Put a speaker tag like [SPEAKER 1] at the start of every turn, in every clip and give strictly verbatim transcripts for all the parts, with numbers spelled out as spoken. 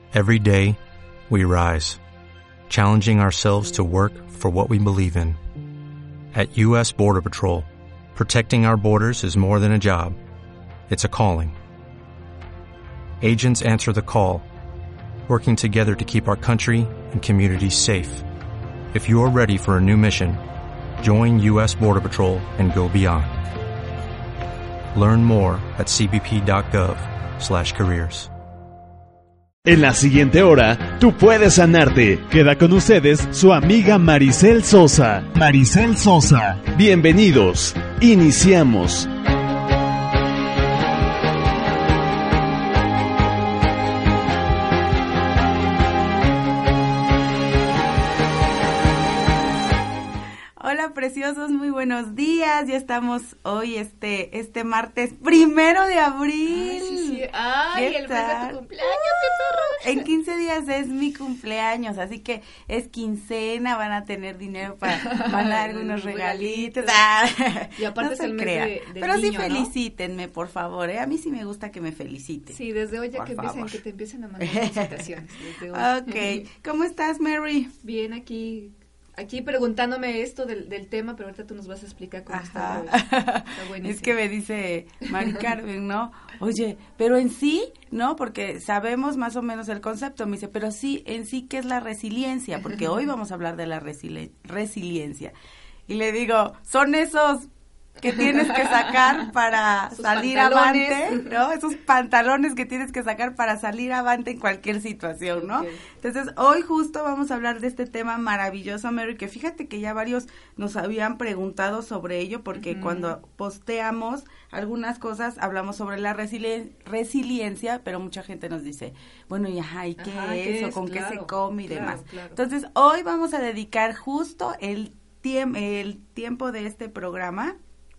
[SPEAKER 1] Every day, we rise, challenging ourselves to work for what we believe in. At U S Border Patrol, protecting our borders is more than a job. It's a calling. Agents answer the call, working together to keep our country and communities safe. If you're ready for a new mission, join U S Border Patrol and go beyond. Learn more at cbp.gov slash careers.
[SPEAKER 2] En la siguiente hora, tú puedes sanarte. Queda con ustedes su amiga Maricel Sosa. Maricel Sosa. Bienvenidos. Iniciamos.
[SPEAKER 3] Preciosos, muy buenos días. Ya estamos hoy este este martes primero de abril.
[SPEAKER 4] Ay, sí, sí. Ay, el mes de tu cumpleaños,
[SPEAKER 3] uh, qué En quince días es mi cumpleaños, así que es quincena, van a tener dinero para mandar algunos regalitos.
[SPEAKER 4] Y aparte no es el mes de, del
[SPEAKER 3] Pero
[SPEAKER 4] niño,
[SPEAKER 3] sí felicítenme, ¿no? Por favor, ¿eh? A mí sí me gusta que me feliciten.
[SPEAKER 4] Sí, desde hoy ya que empiecen, que te empiecen a mandar felicitaciones. Desde hoy.
[SPEAKER 3] Ok, ¿cómo estás, Mary?
[SPEAKER 4] Bien, aquí... Aquí preguntándome esto del, del tema, pero ahorita tú nos vas a explicar cómo está, está buenísimo.
[SPEAKER 3] Es que me dice Mari Carmen, ¿no? Oye, pero en sí, ¿no? Porque sabemos más o menos el concepto. Me dice, pero sí, en sí, ¿qué es la resiliencia? Porque hoy vamos a hablar de la resili- resiliencia. Y le digo, son esos que tienes que sacar para Sus salir avante, ¿no? Esos pantalones que tienes que sacar para salir avante en cualquier situación, ¿no? Okay. Entonces, hoy justo vamos a hablar de este tema maravilloso, Mary, que fíjate que ya varios nos habían preguntado sobre ello, porque uh-huh. cuando posteamos algunas cosas, hablamos sobre la resili- resiliencia, pero mucha gente nos dice, bueno, y ajá, ¿y qué
[SPEAKER 4] ajá,
[SPEAKER 3] es?
[SPEAKER 4] ¿qué
[SPEAKER 3] ¿O
[SPEAKER 4] es?
[SPEAKER 3] con
[SPEAKER 4] claro,
[SPEAKER 3] qué se come y
[SPEAKER 4] claro,
[SPEAKER 3] demás?
[SPEAKER 4] Claro.
[SPEAKER 3] Entonces, hoy vamos a dedicar justo el, tiemp- el tiempo de este programa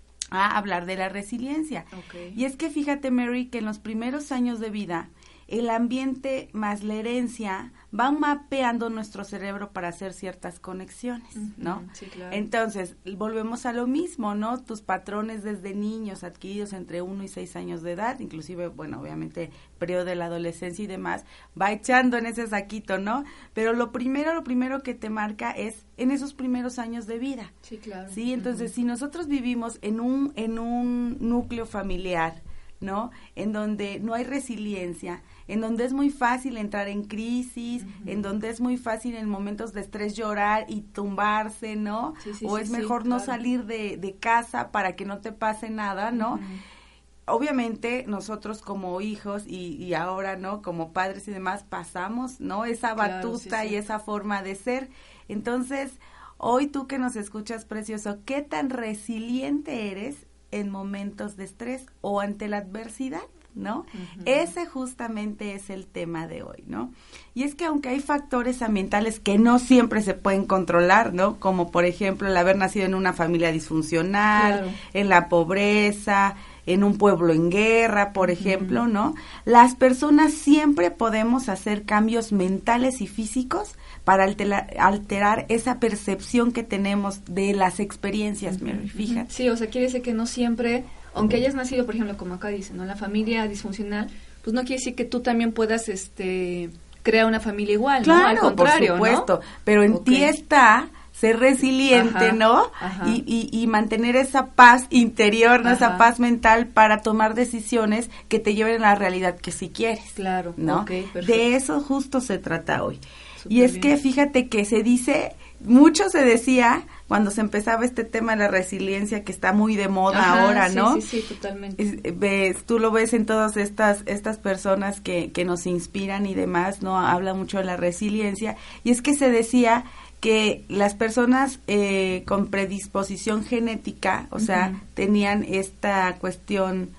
[SPEAKER 3] a hablar de la resiliencia.
[SPEAKER 4] Okay.
[SPEAKER 3] Y es que fíjate, Mary, que en los primeros años de vida, el ambiente más la herencia van mapeando nuestro cerebro para hacer ciertas conexiones, uh-huh, ¿no?
[SPEAKER 4] Sí, claro.
[SPEAKER 3] Entonces, volvemos a lo mismo, ¿no? Tus patrones desde niños adquiridos entre uno y seis años de edad, inclusive, bueno, obviamente, periodo de la adolescencia y demás, va echando en ese saquito, ¿no? Pero lo primero, lo primero que te marca es en esos primeros años de vida.
[SPEAKER 4] Sí, claro.
[SPEAKER 3] Sí, entonces, uh-huh. si nosotros vivimos en un, en un núcleo familiar, ¿no? En donde no hay resiliencia, en donde es muy fácil entrar en crisis, uh-huh. en donde es muy fácil en momentos de estrés llorar y tumbarse, ¿no?
[SPEAKER 4] Sí, sí,
[SPEAKER 3] o
[SPEAKER 4] sí,
[SPEAKER 3] es
[SPEAKER 4] sí,
[SPEAKER 3] mejor no
[SPEAKER 4] claro.
[SPEAKER 3] salir de, de casa para que no te pase nada, ¿no?
[SPEAKER 4] Uh-huh.
[SPEAKER 3] Obviamente nosotros como hijos y, y ahora, ¿no? Como padres y demás pasamos, ¿no? Esa batuta
[SPEAKER 4] claro, sí, sí.
[SPEAKER 3] y esa forma de ser. Entonces, hoy tú que nos escuchas, precioso, ¿qué tan resiliente eres en momentos de estrés o ante la adversidad? ¿No? Uh-huh. Ese justamente es el tema de hoy, ¿no? Y es que aunque hay factores ambientales que no siempre se pueden controlar, ¿no? Como por ejemplo el haber nacido en una familia disfuncional,
[SPEAKER 4] claro.
[SPEAKER 3] en la pobreza, en un pueblo en guerra, por uh-huh. ejemplo, ¿no? Las personas siempre podemos hacer cambios mentales y físicos para alterar, alterar esa percepción que tenemos de las experiencias, Mary, fíjate.
[SPEAKER 4] Sí, o sea, quiere decir que no siempre, aunque hayas nacido, por ejemplo, como acá dicen, ¿no? En la familia disfuncional, pues no quiere decir que tú también puedas, este, crear una familia igual,
[SPEAKER 3] claro,
[SPEAKER 4] ¿no? Al contrario,
[SPEAKER 3] por supuesto,
[SPEAKER 4] ¿no?
[SPEAKER 3] pero en
[SPEAKER 4] Okay.
[SPEAKER 3] ti está ser resiliente,
[SPEAKER 4] ajá,
[SPEAKER 3] ¿no?
[SPEAKER 4] Ajá.
[SPEAKER 3] Y, y, y mantener esa paz interior, ¿no?
[SPEAKER 4] Ajá.
[SPEAKER 3] Esa paz mental para tomar decisiones que te lleven a la realidad que sí quieres.
[SPEAKER 4] Claro,
[SPEAKER 3] ¿no?
[SPEAKER 4] okay,
[SPEAKER 3] de eso justo se trata hoy.
[SPEAKER 4] Súper
[SPEAKER 3] y es
[SPEAKER 4] bien.
[SPEAKER 3] que fíjate que se dice, mucho se decía cuando se empezaba este tema de la resiliencia que está muy de moda
[SPEAKER 4] Ajá,
[SPEAKER 3] ahora,
[SPEAKER 4] sí,
[SPEAKER 3] ¿no?
[SPEAKER 4] Sí, sí, totalmente.
[SPEAKER 3] Es, ves, tú lo ves en todas estas estas personas que, que nos inspiran y demás, ¿no? Habla mucho de la resiliencia. Y es que se decía que las personas eh, con predisposición genética, o uh-huh. sea, tenían esta cuestión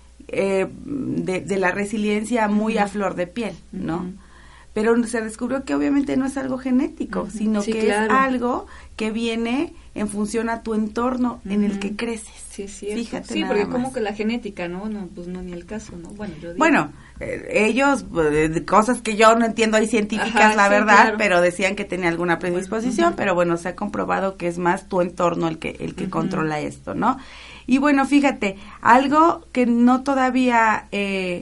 [SPEAKER 3] eh, de, de la resiliencia muy uh-huh. a flor de piel, ¿no? Uh-huh. Pero se descubrió que obviamente no es algo genético, uh-huh. sino
[SPEAKER 4] sí,
[SPEAKER 3] que
[SPEAKER 4] claro.
[SPEAKER 3] es algo que viene en función a tu entorno uh-huh. en el que creces.
[SPEAKER 4] Sí, es cierto.
[SPEAKER 3] Fíjate
[SPEAKER 4] sí,
[SPEAKER 3] nada
[SPEAKER 4] porque
[SPEAKER 3] más.
[SPEAKER 4] Como que la genética, ¿no? No, pues no, ni el caso, ¿no? Bueno, yo digo.
[SPEAKER 3] Bueno, eh, ellos, eh, cosas que yo no entiendo ahí científicas,
[SPEAKER 4] Ajá,
[SPEAKER 3] la
[SPEAKER 4] sí,
[SPEAKER 3] verdad,
[SPEAKER 4] claro.
[SPEAKER 3] pero decían que tenía alguna predisposición,
[SPEAKER 4] uh-huh.
[SPEAKER 3] pero bueno, se ha comprobado que es más tu entorno el que el que
[SPEAKER 4] uh-huh.
[SPEAKER 3] controla esto, ¿no? Y bueno, fíjate, algo que no todavía... Eh,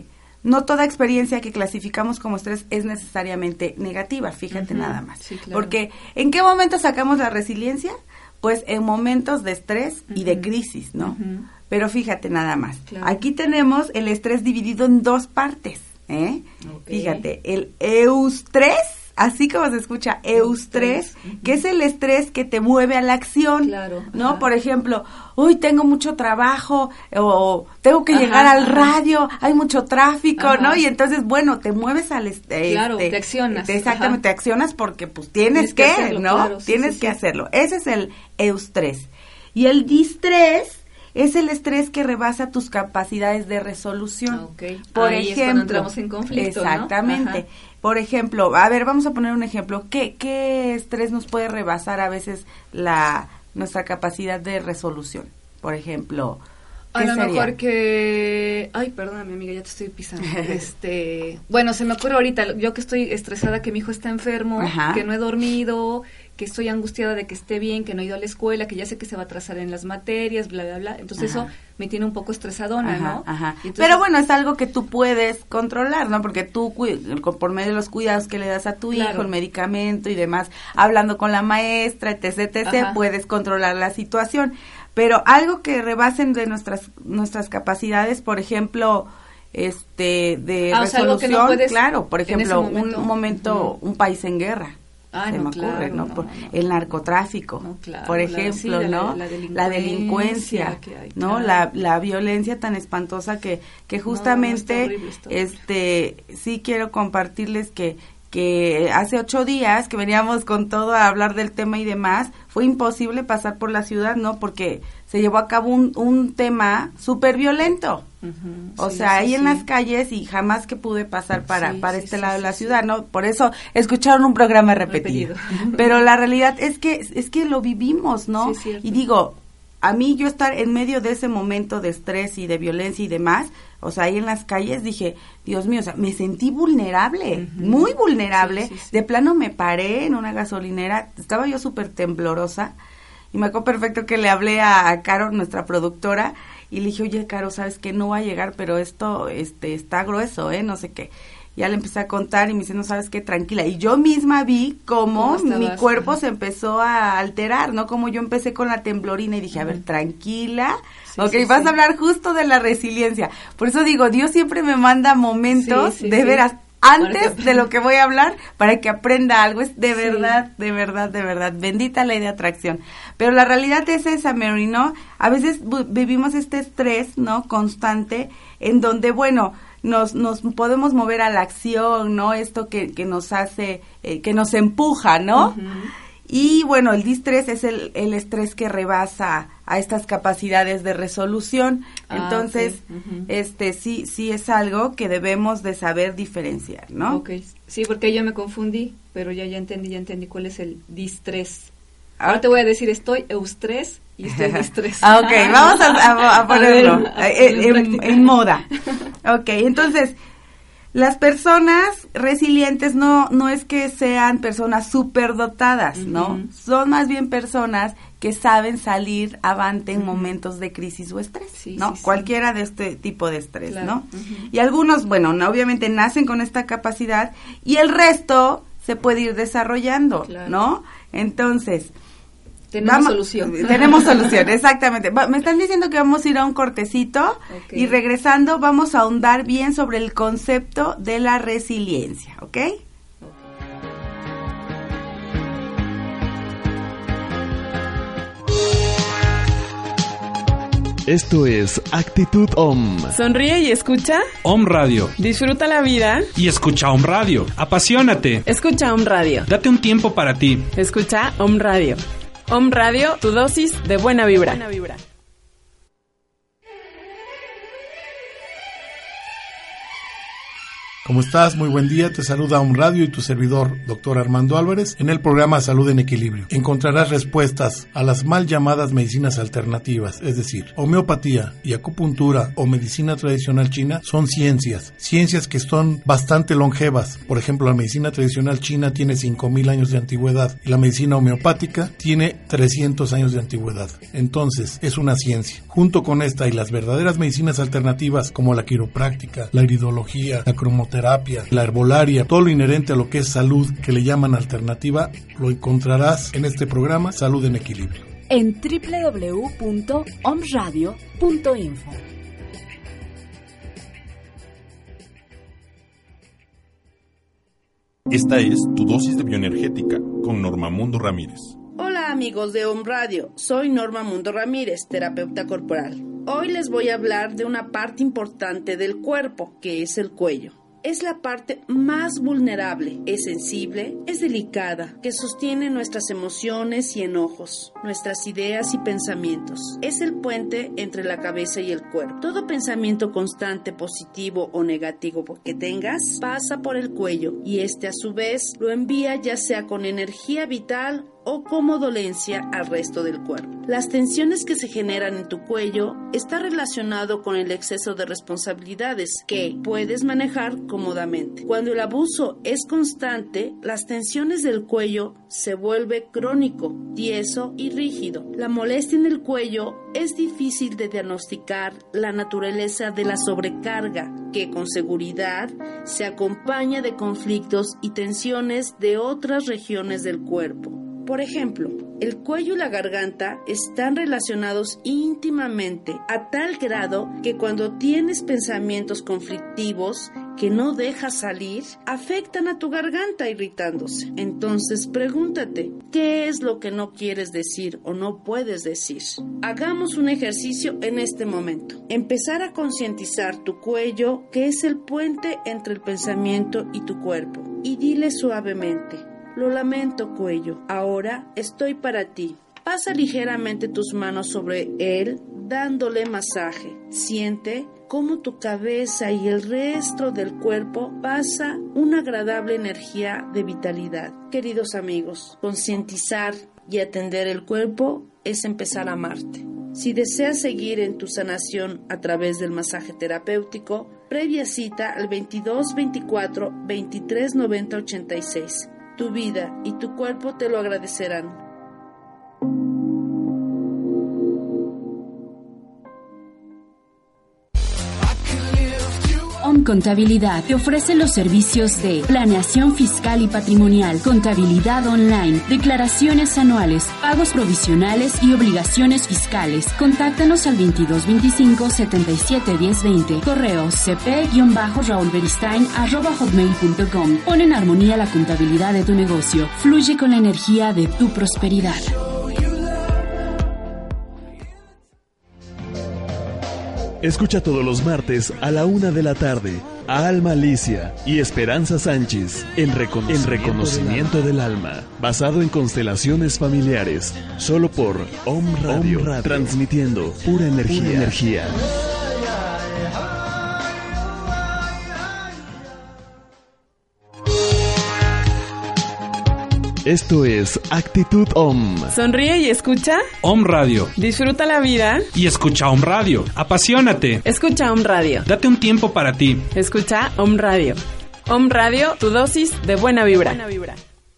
[SPEAKER 3] no toda experiencia que clasificamos como estrés es necesariamente negativa, fíjate uh-huh. nada más. Sí, claro. Porque, ¿en qué momento sacamos la resiliencia? Pues en momentos de estrés uh-huh. y de crisis, ¿no? Uh-huh. Pero fíjate nada más. Claro. Aquí tenemos el estrés dividido en dos partes, ¿eh? Okay. Fíjate, el eustrés, así como se escucha, eustrés, uh-huh. que es el estrés que te mueve a la acción, claro, ¿no? Ajá. Por ejemplo, uy, tengo mucho trabajo, o tengo que ajá, llegar al ajá. radio, hay mucho tráfico, ajá. ¿no? Y entonces, bueno, te mueves al... Este,
[SPEAKER 4] claro, te accionas.
[SPEAKER 3] Te, exactamente, ajá. te accionas porque, pues, tienes, tienes que, que hacerlo, ¿no? Claro, sí, tienes sí, que sí. hacerlo. Ese es el eustrés. Y el distrés es el estrés que rebasa tus capacidades de resolución.
[SPEAKER 4] Okay.
[SPEAKER 3] Por
[SPEAKER 4] Ahí
[SPEAKER 3] ejemplo,
[SPEAKER 4] es cuando entramos en conflicto,
[SPEAKER 3] exactamente. ¿No? Por ejemplo, a ver, vamos a poner un ejemplo. ¿Qué, qué estrés nos puede rebasar a veces la nuestra capacidad de resolución? Por ejemplo,
[SPEAKER 4] ¿qué a lo sería? Mejor que... Ay, perdóname, amiga, ya te estoy pisando. este, bueno, se me ocurre ahorita, yo que estoy estresada que mi hijo está enfermo, ajá. que no he dormido, que estoy angustiada de que esté bien, que no he ido a la escuela, que ya sé que se va a atrasar en las materias, bla, bla, bla. Entonces ajá. eso me tiene un poco estresadona, ajá, ¿no?
[SPEAKER 3] Ajá. Entonces, pero bueno, es algo que tú puedes controlar, ¿no? Porque tú, por medio de los cuidados que le das a tu claro. hijo, el medicamento y demás, hablando con la maestra, etc, etcétera, puedes controlar la situación. Pero algo que rebasen de nuestras nuestras capacidades, por ejemplo, este de ah, resolución, o sea, no puedes, claro, por ejemplo, momento, un momento, uh-huh. un país en guerra. Ah, se no, me ocurre, claro, ¿no? no, por, no, no. El narcotráfico, no, claro, por ejemplo, la, sí, ¿no? La, la, delincuencia, la delincuencia, que hay, ¿no? Claro. La, la violencia tan espantosa que, que justamente, no, no, horrible, este, sí quiero compartirles que, que hace ocho días que veníamos con todo a hablar del tema y demás, fue imposible pasar por la ciudad, ¿no? Porque se llevó a cabo un, un tema súper violento. Uh-huh, o sí, sea, sí, ahí sí. en las calles y jamás que pude pasar para, sí, para sí, este sí, lado sí, de la sí, ciudad, ¿no? Por eso escucharon un programa repetido. repetido. Pero la realidad es que, es que lo vivimos, ¿no? Sí, y digo, a mí yo estar en medio de ese momento de estrés y de violencia y demás, o sea, ahí en las calles dije, Dios mío, o sea, me sentí vulnerable, uh-huh. muy vulnerable. Sí, sí, sí. De plano me paré en una gasolinera, estaba yo súper temblorosa. Y me acuerdo perfecto que le hablé a, a Caro, nuestra productora, y le dije, oye, Caro, ¿sabes qué? No va a llegar, pero esto este está grueso, ¿eh? No sé qué. Ya le empecé a contar y me dice, no, ¿sabes qué? Tranquila. Y yo misma vi cómo mi cuerpo se empezó a alterar, ¿no? Como yo empecé con la temblorina y dije, a ver, tranquila. Sí, ok, sí, vas sí. a hablar justo de la resiliencia. Por eso digo, Dios siempre me manda momentos sí, sí, de sí. veras antes de lo que voy a hablar para que aprenda algo. Es de verdad, sí. de verdad, de verdad. Bendita ley de atracción. Pero la realidad es esa, Mary, ¿no? A veces vivimos este estrés, ¿no? Constante, en donde, bueno, nos nos podemos mover a la acción, ¿no? Esto que, que nos hace, eh, que nos empuja, ¿no? Uh-huh. Y bueno, el distrés es el, el estrés que rebasa a estas capacidades de resolución. Ah, entonces, okay. uh-huh. este sí sí es algo que debemos de saber diferenciar, ¿no?
[SPEAKER 4] Okay. Sí, porque yo me confundí, pero ya ya entendí, ya entendí cuál es el distrés. Ahora te voy a decir, estoy eustrés y estoy distrés.
[SPEAKER 3] Ah, ok, vamos a, a, a ponerlo a ver, a en, en, en moda. Ok, entonces, las personas resilientes no no es que sean personas superdotadas, uh-huh. ¿no? Son más bien personas que saben salir avante en uh-huh. momentos de crisis o estrés, sí, ¿no? Sí, Cualquiera sí. de este tipo de estrés, claro. ¿no? Uh-huh. Y algunos, bueno, no, obviamente nacen con esta capacidad y el resto se puede ir desarrollando, claro. ¿no? Entonces,
[SPEAKER 4] tenemos vamos, solución.
[SPEAKER 3] Tenemos solución, exactamente. Va, me están diciendo que vamos a ir a un cortecito okay. y regresando vamos a ahondar bien sobre el concepto de la resiliencia, ¿ok?
[SPEAKER 2] Esto es Actitud O M.
[SPEAKER 5] Sonríe y escucha
[SPEAKER 6] O M Radio.
[SPEAKER 5] Disfruta la vida
[SPEAKER 6] y escucha O M Radio. Apasionate.
[SPEAKER 5] Escucha O M Radio.
[SPEAKER 6] Date un tiempo para ti.
[SPEAKER 5] Escucha O M Radio. O M Radio, tu dosis de buena vibra. Buena vibra.
[SPEAKER 7] ¿Cómo estás? Muy buen día, te saluda Om Radio y tu servidor, doctor Armando Álvarez, en el programa Salud en Equilibrio. Encontrarás respuestas a las mal llamadas medicinas alternativas, es decir, homeopatía y acupuntura o medicina tradicional china son ciencias, ciencias que son bastante longevas. Por ejemplo, la medicina tradicional china tiene cinco mil años de antigüedad y la medicina homeopática tiene trescientos años de antigüedad. Entonces, es una ciencia. Junto con esta y las verdaderas medicinas alternativas como la quiropráctica, la iridología, la cromoterapia, la herbolaria, todo lo inherente a lo que es salud que le llaman alternativa, lo encontrarás en este programa Salud en Equilibrio.
[SPEAKER 8] En doble u doble u doble u punto om radio punto info.
[SPEAKER 9] Esta es tu dosis de bioenergética con Norma Mundo Ramírez.
[SPEAKER 10] Hola amigos de Om Radio, soy Norma Mundo Ramírez, terapeuta corporal. Hoy les voy a hablar de una parte importante del cuerpo, que es el cuello. Es la parte más vulnerable, es sensible, es delicada, que sostiene nuestras emociones y enojos, nuestras ideas y pensamientos. Es el puente entre la cabeza y el cuerpo. Todo pensamiento constante, positivo o negativo que tengas, pasa por el cuello y este a su vez lo envía ya sea con energía vital o como dolencia al resto del cuerpo. Las tensiones que se generan en tu cuello está relacionado con el exceso de responsabilidades que puedes manejar cómodamente. Cuando el abuso es constante, las tensiones del cuello se vuelve crónico, tieso y rígido. La molestia en el cuello es difícil de diagnosticar la naturaleza de la sobrecarga, que con seguridad se acompaña de conflictos y tensiones de otras regiones del cuerpo. Por ejemplo, el cuello y la garganta están relacionados íntimamente a tal grado que cuando tienes pensamientos conflictivos que no dejas salir, afectan a tu garganta irritándose. Entonces pregúntate, ¿qué es lo que no quieres decir o no puedes decir? Hagamos un ejercicio en este momento. Empezar a concientizar tu cuello, que es el puente entre el pensamiento y tu cuerpo, y dile suavemente: lo lamento, cuello, ahora estoy para ti. Pasa ligeramente tus manos sobre él, dándole masaje. Siente cómo tu cabeza y el resto del cuerpo pasa una agradable energía de vitalidad. Queridos amigos, concientizar y atender el cuerpo es empezar a amarte. Si deseas seguir en tu sanación a través del masaje terapéutico, previa cita al veintidós veinticuatro veintitrés noventa ochenta y seis. Tu vida y tu cuerpo te lo agradecerán.
[SPEAKER 8] Om Contabilidad te ofrece los servicios de planeación fiscal y patrimonial, contabilidad online, declaraciones anuales, pagos provisionales y obligaciones fiscales. Contáctanos al veintidós veinticinco setenta y siete diez veinte. Correo cp-raulberistain arroba hotmail punto com. Pon en armonía la contabilidad de tu negocio. Fluye con la energía de tu prosperidad.
[SPEAKER 2] Escucha todos los martes a la una de la tarde a Alma Alicia y Esperanza Sánchez en Reconocimiento, en Reconocimiento del, alma. del Alma, basado en constelaciones familiares, solo por Om Radio, Om Radio. Transmitiendo pura energía. Pura energía. Esto es Actitud Om.
[SPEAKER 5] Sonríe y escucha
[SPEAKER 6] Om Radio.
[SPEAKER 5] Disfruta la vida
[SPEAKER 6] Y escucha Om Radio. Apasionate.
[SPEAKER 5] Escucha Om Radio.
[SPEAKER 6] Date un tiempo para ti.
[SPEAKER 5] Escucha Om Radio. Om Radio, tu dosis de buena vibra. Buena vibra.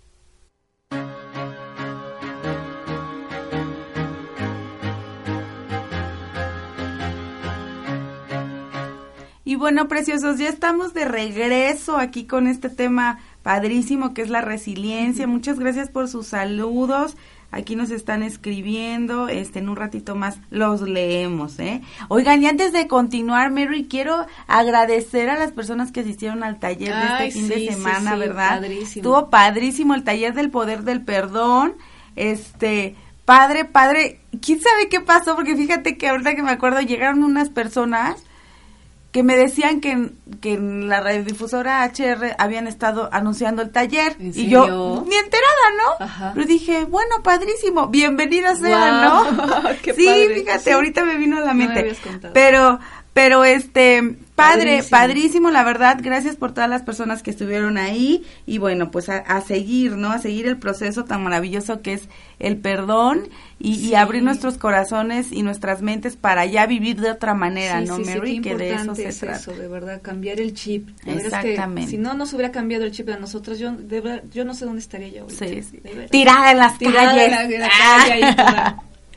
[SPEAKER 3] Y bueno, preciosos, ya estamos de regreso aquí con este tema padrísimo que es la resiliencia. Muchas gracias por sus saludos. Aquí nos están escribiendo, este, en un ratito más los leemos, ¿eh? Oigan, y antes de continuar, Mary, quiero agradecer a las personas que asistieron al taller de
[SPEAKER 4] Ay,
[SPEAKER 3] este fin
[SPEAKER 4] sí,
[SPEAKER 3] de semana,
[SPEAKER 4] sí, sí,
[SPEAKER 3] ¿verdad?
[SPEAKER 4] Padrísimo.
[SPEAKER 3] Estuvo padrísimo el taller del poder del perdón, este, padre, padre, ¿quién sabe qué pasó? Porque fíjate que ahorita que me acuerdo, llegaron unas personas que me decían que, que en la radiodifusora H R habían estado anunciando el taller.
[SPEAKER 4] ¿En
[SPEAKER 3] y
[SPEAKER 4] serio?
[SPEAKER 3] yo, ni enterada, ¿no?
[SPEAKER 4] Ajá.
[SPEAKER 3] Pero dije, bueno, padrísimo, bienvenidos sean,
[SPEAKER 4] Wow,
[SPEAKER 3] ¿no?
[SPEAKER 4] qué
[SPEAKER 3] sí,
[SPEAKER 4] padre.
[SPEAKER 3] fíjate,
[SPEAKER 4] Sí.
[SPEAKER 3] ahorita me vino a la
[SPEAKER 4] No me
[SPEAKER 3] mente.
[SPEAKER 4] habías contado.
[SPEAKER 3] Pero, Pero este, padre, padrísimo.
[SPEAKER 4] Padrísimo.
[SPEAKER 3] la verdad, gracias por todas las personas que estuvieron ahí y bueno, pues a, a seguir, ¿no? A seguir el proceso tan maravilloso que es el perdón y,
[SPEAKER 4] Sí.
[SPEAKER 3] y abrir nuestros corazones y nuestras mentes para ya vivir de otra manera,
[SPEAKER 4] Sí,
[SPEAKER 3] ¿no,
[SPEAKER 4] sí, sí,
[SPEAKER 3] Mary?
[SPEAKER 4] qué
[SPEAKER 3] Que de eso
[SPEAKER 4] importante
[SPEAKER 3] se
[SPEAKER 4] es
[SPEAKER 3] trata.
[SPEAKER 4] eso, de verdad, cambiar el chip. De verdad es que
[SPEAKER 3] Exactamente.
[SPEAKER 4] si no nos hubiera cambiado el chip a nosotros, yo de verdad, yo no sé dónde estaría yo ahorita.
[SPEAKER 3] Sí, sí.
[SPEAKER 4] De verdad.
[SPEAKER 3] Tirada en las
[SPEAKER 4] Tirada
[SPEAKER 3] calles.
[SPEAKER 4] en la, en la calle ahí, toda.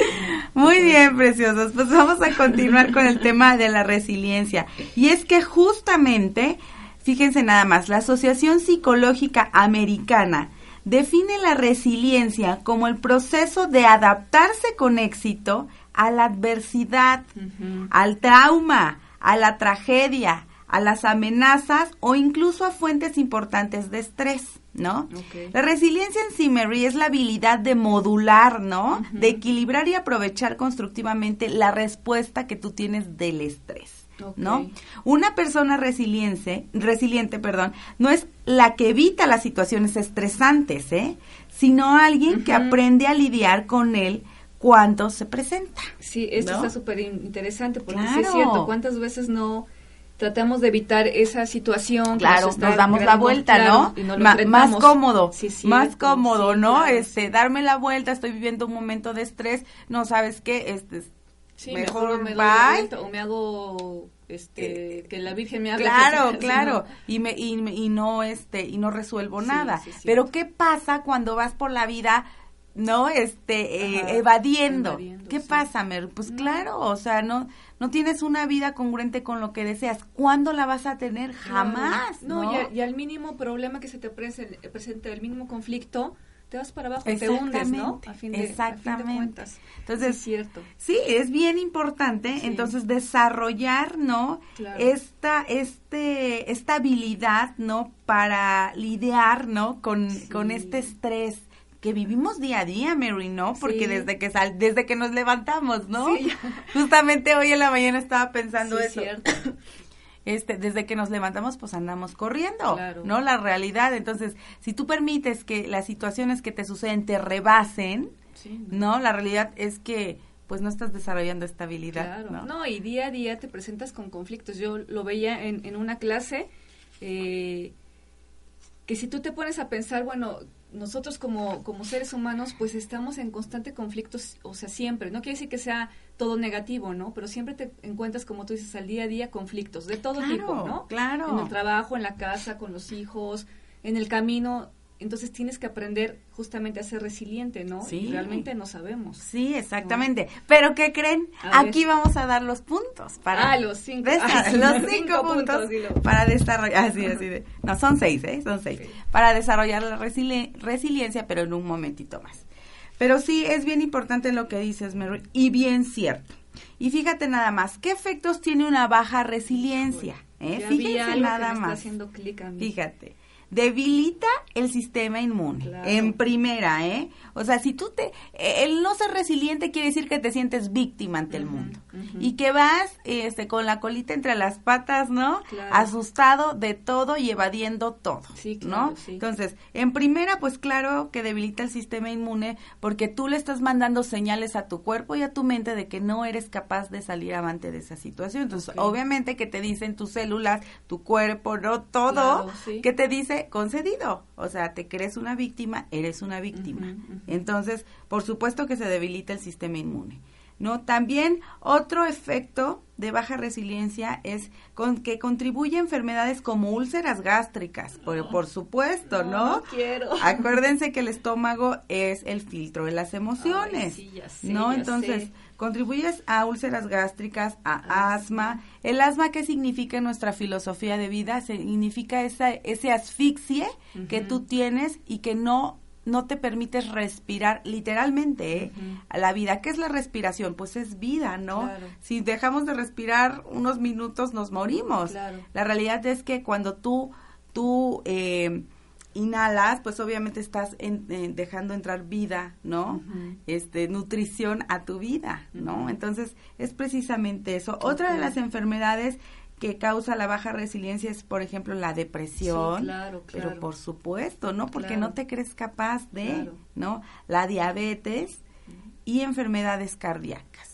[SPEAKER 3] Muy bien, preciosos. Pues vamos a continuar con el tema de la resiliencia. Y es que justamente, fíjense nada más, la Asociación Psicológica Americana define la resiliencia como el proceso de adaptarse con éxito a la adversidad,
[SPEAKER 4] Ujú.
[SPEAKER 3] al trauma, a la tragedia, a las amenazas o incluso a fuentes importantes de estrés, ¿no?
[SPEAKER 4] Okay.
[SPEAKER 3] La resiliencia en sí, Mary, es la habilidad de modular, ¿no?
[SPEAKER 4] Ujú.
[SPEAKER 3] De equilibrar y aprovechar constructivamente la respuesta que tú tienes del estrés,
[SPEAKER 4] Ok.
[SPEAKER 3] ¿no? Una persona resiliente, resiliente, perdón, no es la que evita las situaciones estresantes, ¿eh? Sino alguien que
[SPEAKER 4] Ujú.
[SPEAKER 3] aprende a lidiar con él cuando se presenta.
[SPEAKER 4] Sí, esto
[SPEAKER 3] ¿no?
[SPEAKER 4] está súper interesante porque sí
[SPEAKER 3] Claro.
[SPEAKER 4] es cierto, ¿cuántas veces no tratamos de evitar esa situación? que
[SPEAKER 3] Claro,
[SPEAKER 4] está
[SPEAKER 3] nos damos la
[SPEAKER 4] creando-
[SPEAKER 3] vuelta,
[SPEAKER 4] claro,
[SPEAKER 3] ¿no?
[SPEAKER 4] y no lo
[SPEAKER 3] Ma-
[SPEAKER 4] enfrentamos.
[SPEAKER 3] más cómodo,
[SPEAKER 4] Sí, es
[SPEAKER 3] más
[SPEAKER 4] cierto,
[SPEAKER 3] cómodo,
[SPEAKER 4] sí,
[SPEAKER 3] ¿no?
[SPEAKER 4] claro.
[SPEAKER 3] Este, darme la vuelta, estoy viviendo un momento de estrés, no sabes qué, este,
[SPEAKER 4] Sí,
[SPEAKER 3] mejor,
[SPEAKER 4] mejor, me doy la
[SPEAKER 3] bye.
[SPEAKER 4] vuelta o me hago este que la Virgen me hable.
[SPEAKER 3] Claro,
[SPEAKER 4] que-
[SPEAKER 3] claro,
[SPEAKER 4] no.
[SPEAKER 3] y me y, me- y no este y no resuelvo
[SPEAKER 4] Sí,
[SPEAKER 3] nada.
[SPEAKER 4] sí, sí.
[SPEAKER 3] Pero ¿qué pasa cuando vas por la vida no este eh,
[SPEAKER 4] Ajá,
[SPEAKER 3] evadiendo?
[SPEAKER 4] evadiendo,
[SPEAKER 3] ¿Qué
[SPEAKER 4] sí.
[SPEAKER 3] pasa, Mer? Pues
[SPEAKER 4] No.
[SPEAKER 3] claro, o sea, no no tienes una vida congruente con lo que deseas. ¿Cuándo la vas a tener? Jamás,
[SPEAKER 4] Claro.
[SPEAKER 3] ¿no?
[SPEAKER 4] No, y, a- y al mínimo problema que se te prese- presente, el mínimo conflicto, te vas para abajo, te hundes, ¿no? A fin de,
[SPEAKER 3] Exactamente.
[SPEAKER 4] a fin de cuentas.
[SPEAKER 3] Entonces,
[SPEAKER 4] Sí, es cierto.
[SPEAKER 3] sí, es bien importante,
[SPEAKER 4] Sí.
[SPEAKER 3] entonces, desarrollar, ¿no?
[SPEAKER 4] Claro.
[SPEAKER 3] Esta, este, esta habilidad, ¿no? Para lidiar, ¿no? Con,
[SPEAKER 4] Sí.
[SPEAKER 3] con este estrés que vivimos día a día, Mary, ¿no? Porque
[SPEAKER 4] Sí.
[SPEAKER 3] desde que sal, desde que nos levantamos, ¿no?
[SPEAKER 4] Sí.
[SPEAKER 3] Justamente hoy en la mañana estaba pensando
[SPEAKER 4] Sí,
[SPEAKER 3] eso.
[SPEAKER 4] cierto.
[SPEAKER 3] Este, desde que nos levantamos, pues andamos corriendo,
[SPEAKER 4] Claro.
[SPEAKER 3] ¿no? La realidad. Entonces, si tú permites que las situaciones que te suceden te rebasen,
[SPEAKER 4] Sí,
[SPEAKER 3] ¿no? La realidad es que, pues, no estás desarrollando estabilidad,
[SPEAKER 4] Claro,
[SPEAKER 3] ¿no?
[SPEAKER 4] no, y día a día te presentas con conflictos. Yo lo veía en, en una clase, eh, que si tú te pones a pensar, bueno, nosotros como, como seres humanos, pues estamos en constante conflicto, o sea, siempre. No quiere decir que sea todo negativo, ¿no? Pero siempre te encuentras, como tú dices, al día a día conflictos de todo
[SPEAKER 3] Claro,
[SPEAKER 4] tipo, ¿no?
[SPEAKER 3] claro.
[SPEAKER 4] En el trabajo, en la casa, con los hijos, en el camino. Entonces tienes que aprender justamente a ser resiliente, ¿no?
[SPEAKER 3] Sí.
[SPEAKER 4] Y realmente no sabemos.
[SPEAKER 3] Sí, exactamente. Pero ¿qué creen?
[SPEAKER 4] A ver.
[SPEAKER 3] Aquí vamos a dar los puntos para
[SPEAKER 4] Ah, los cinco.
[SPEAKER 3] desa-
[SPEAKER 4] Ah, sí,
[SPEAKER 3] los
[SPEAKER 4] los
[SPEAKER 3] cinco
[SPEAKER 4] cinco
[SPEAKER 3] puntos,
[SPEAKER 4] puntos, dilo.
[SPEAKER 3] para desarrollar, así, así de, no, son seis, ¿eh? Son seis,
[SPEAKER 4] Sí.
[SPEAKER 3] para desarrollar la resili- resiliencia, pero en un momentito más. Pero sí, es bien importante lo que dices, Mary, y bien cierto. Y fíjate nada más, ¿qué efectos tiene una baja resiliencia? ¿Eh?
[SPEAKER 4] Ya vi
[SPEAKER 3] Fíjense
[SPEAKER 4] algo que
[SPEAKER 3] nada
[SPEAKER 4] me está
[SPEAKER 3] más.
[SPEAKER 4] haciendo clic a mí.
[SPEAKER 3] Fíjate, debilita el sistema inmune,
[SPEAKER 4] Claro.
[SPEAKER 3] en primera, ¿eh? O sea, si tú te... eh, el no ser resiliente quiere decir que te sientes víctima ante el
[SPEAKER 4] Ujú,
[SPEAKER 3] mundo.
[SPEAKER 4] ujú.
[SPEAKER 3] Y que vas este, con la colita entre las patas, ¿no?
[SPEAKER 4] Claro.
[SPEAKER 3] Asustado de todo y evadiendo todo,
[SPEAKER 4] Sí, claro,
[SPEAKER 3] ¿no?
[SPEAKER 4] sí.
[SPEAKER 3] Entonces, en primera, pues claro que debilita el sistema inmune porque tú le estás mandando señales a tu cuerpo y a tu mente de que no eres capaz de salir avante de esa situación. Entonces,
[SPEAKER 4] Ok.
[SPEAKER 3] obviamente que te dicen tus células, tu cuerpo, ¿no? Todo,
[SPEAKER 4] Claro, sí.
[SPEAKER 3] que te dice concedido. O sea, te crees una víctima, eres una víctima.
[SPEAKER 4] Ujú, ujú.
[SPEAKER 3] Entonces, por supuesto que se debilita el sistema inmune. ¿No? También otro efecto de baja resiliencia es con que contribuye a enfermedades como úlceras gástricas, por, por supuesto, ¿no?
[SPEAKER 4] No quiero.
[SPEAKER 3] Acuérdense que el estómago es el filtro de las emociones,
[SPEAKER 4] Ay, sí, ya sé,
[SPEAKER 3] ¿no?
[SPEAKER 4] ya
[SPEAKER 3] Entonces,
[SPEAKER 4] sé.
[SPEAKER 3] contribuyes a úlceras gástricas, a asma. El asma, ¿qué significa en nuestra filosofía de vida? Significa esa, ese asfixie que
[SPEAKER 4] Ujú.
[SPEAKER 3] tú tienes y que no no te permites respirar literalmente, ¿eh?
[SPEAKER 4] Ujú.
[SPEAKER 3] A la vida. ¿Qué es la respiración? Pues es vida, ¿no?
[SPEAKER 4] Claro.
[SPEAKER 3] Si dejamos de respirar unos minutos nos morimos.
[SPEAKER 4] Claro.
[SPEAKER 3] La realidad es que cuando tú, tú eh, inhalas, pues obviamente estás en- en dejando entrar vida, ¿no?
[SPEAKER 4] Ujú.
[SPEAKER 3] Este, nutrición a tu vida, ¿no?
[SPEAKER 4] Ujú.
[SPEAKER 3] Entonces, es precisamente eso. Otra de
[SPEAKER 4] Ok.
[SPEAKER 3] las enfermedades que causa la baja resiliencia es, por ejemplo, la depresión.
[SPEAKER 4] Sí, claro, claro.
[SPEAKER 3] Pero por supuesto, ¿no? Porque
[SPEAKER 4] Claro.
[SPEAKER 3] no te crees capaz de,
[SPEAKER 4] Claro.
[SPEAKER 3] ¿no? La diabetes y enfermedades cardíacas.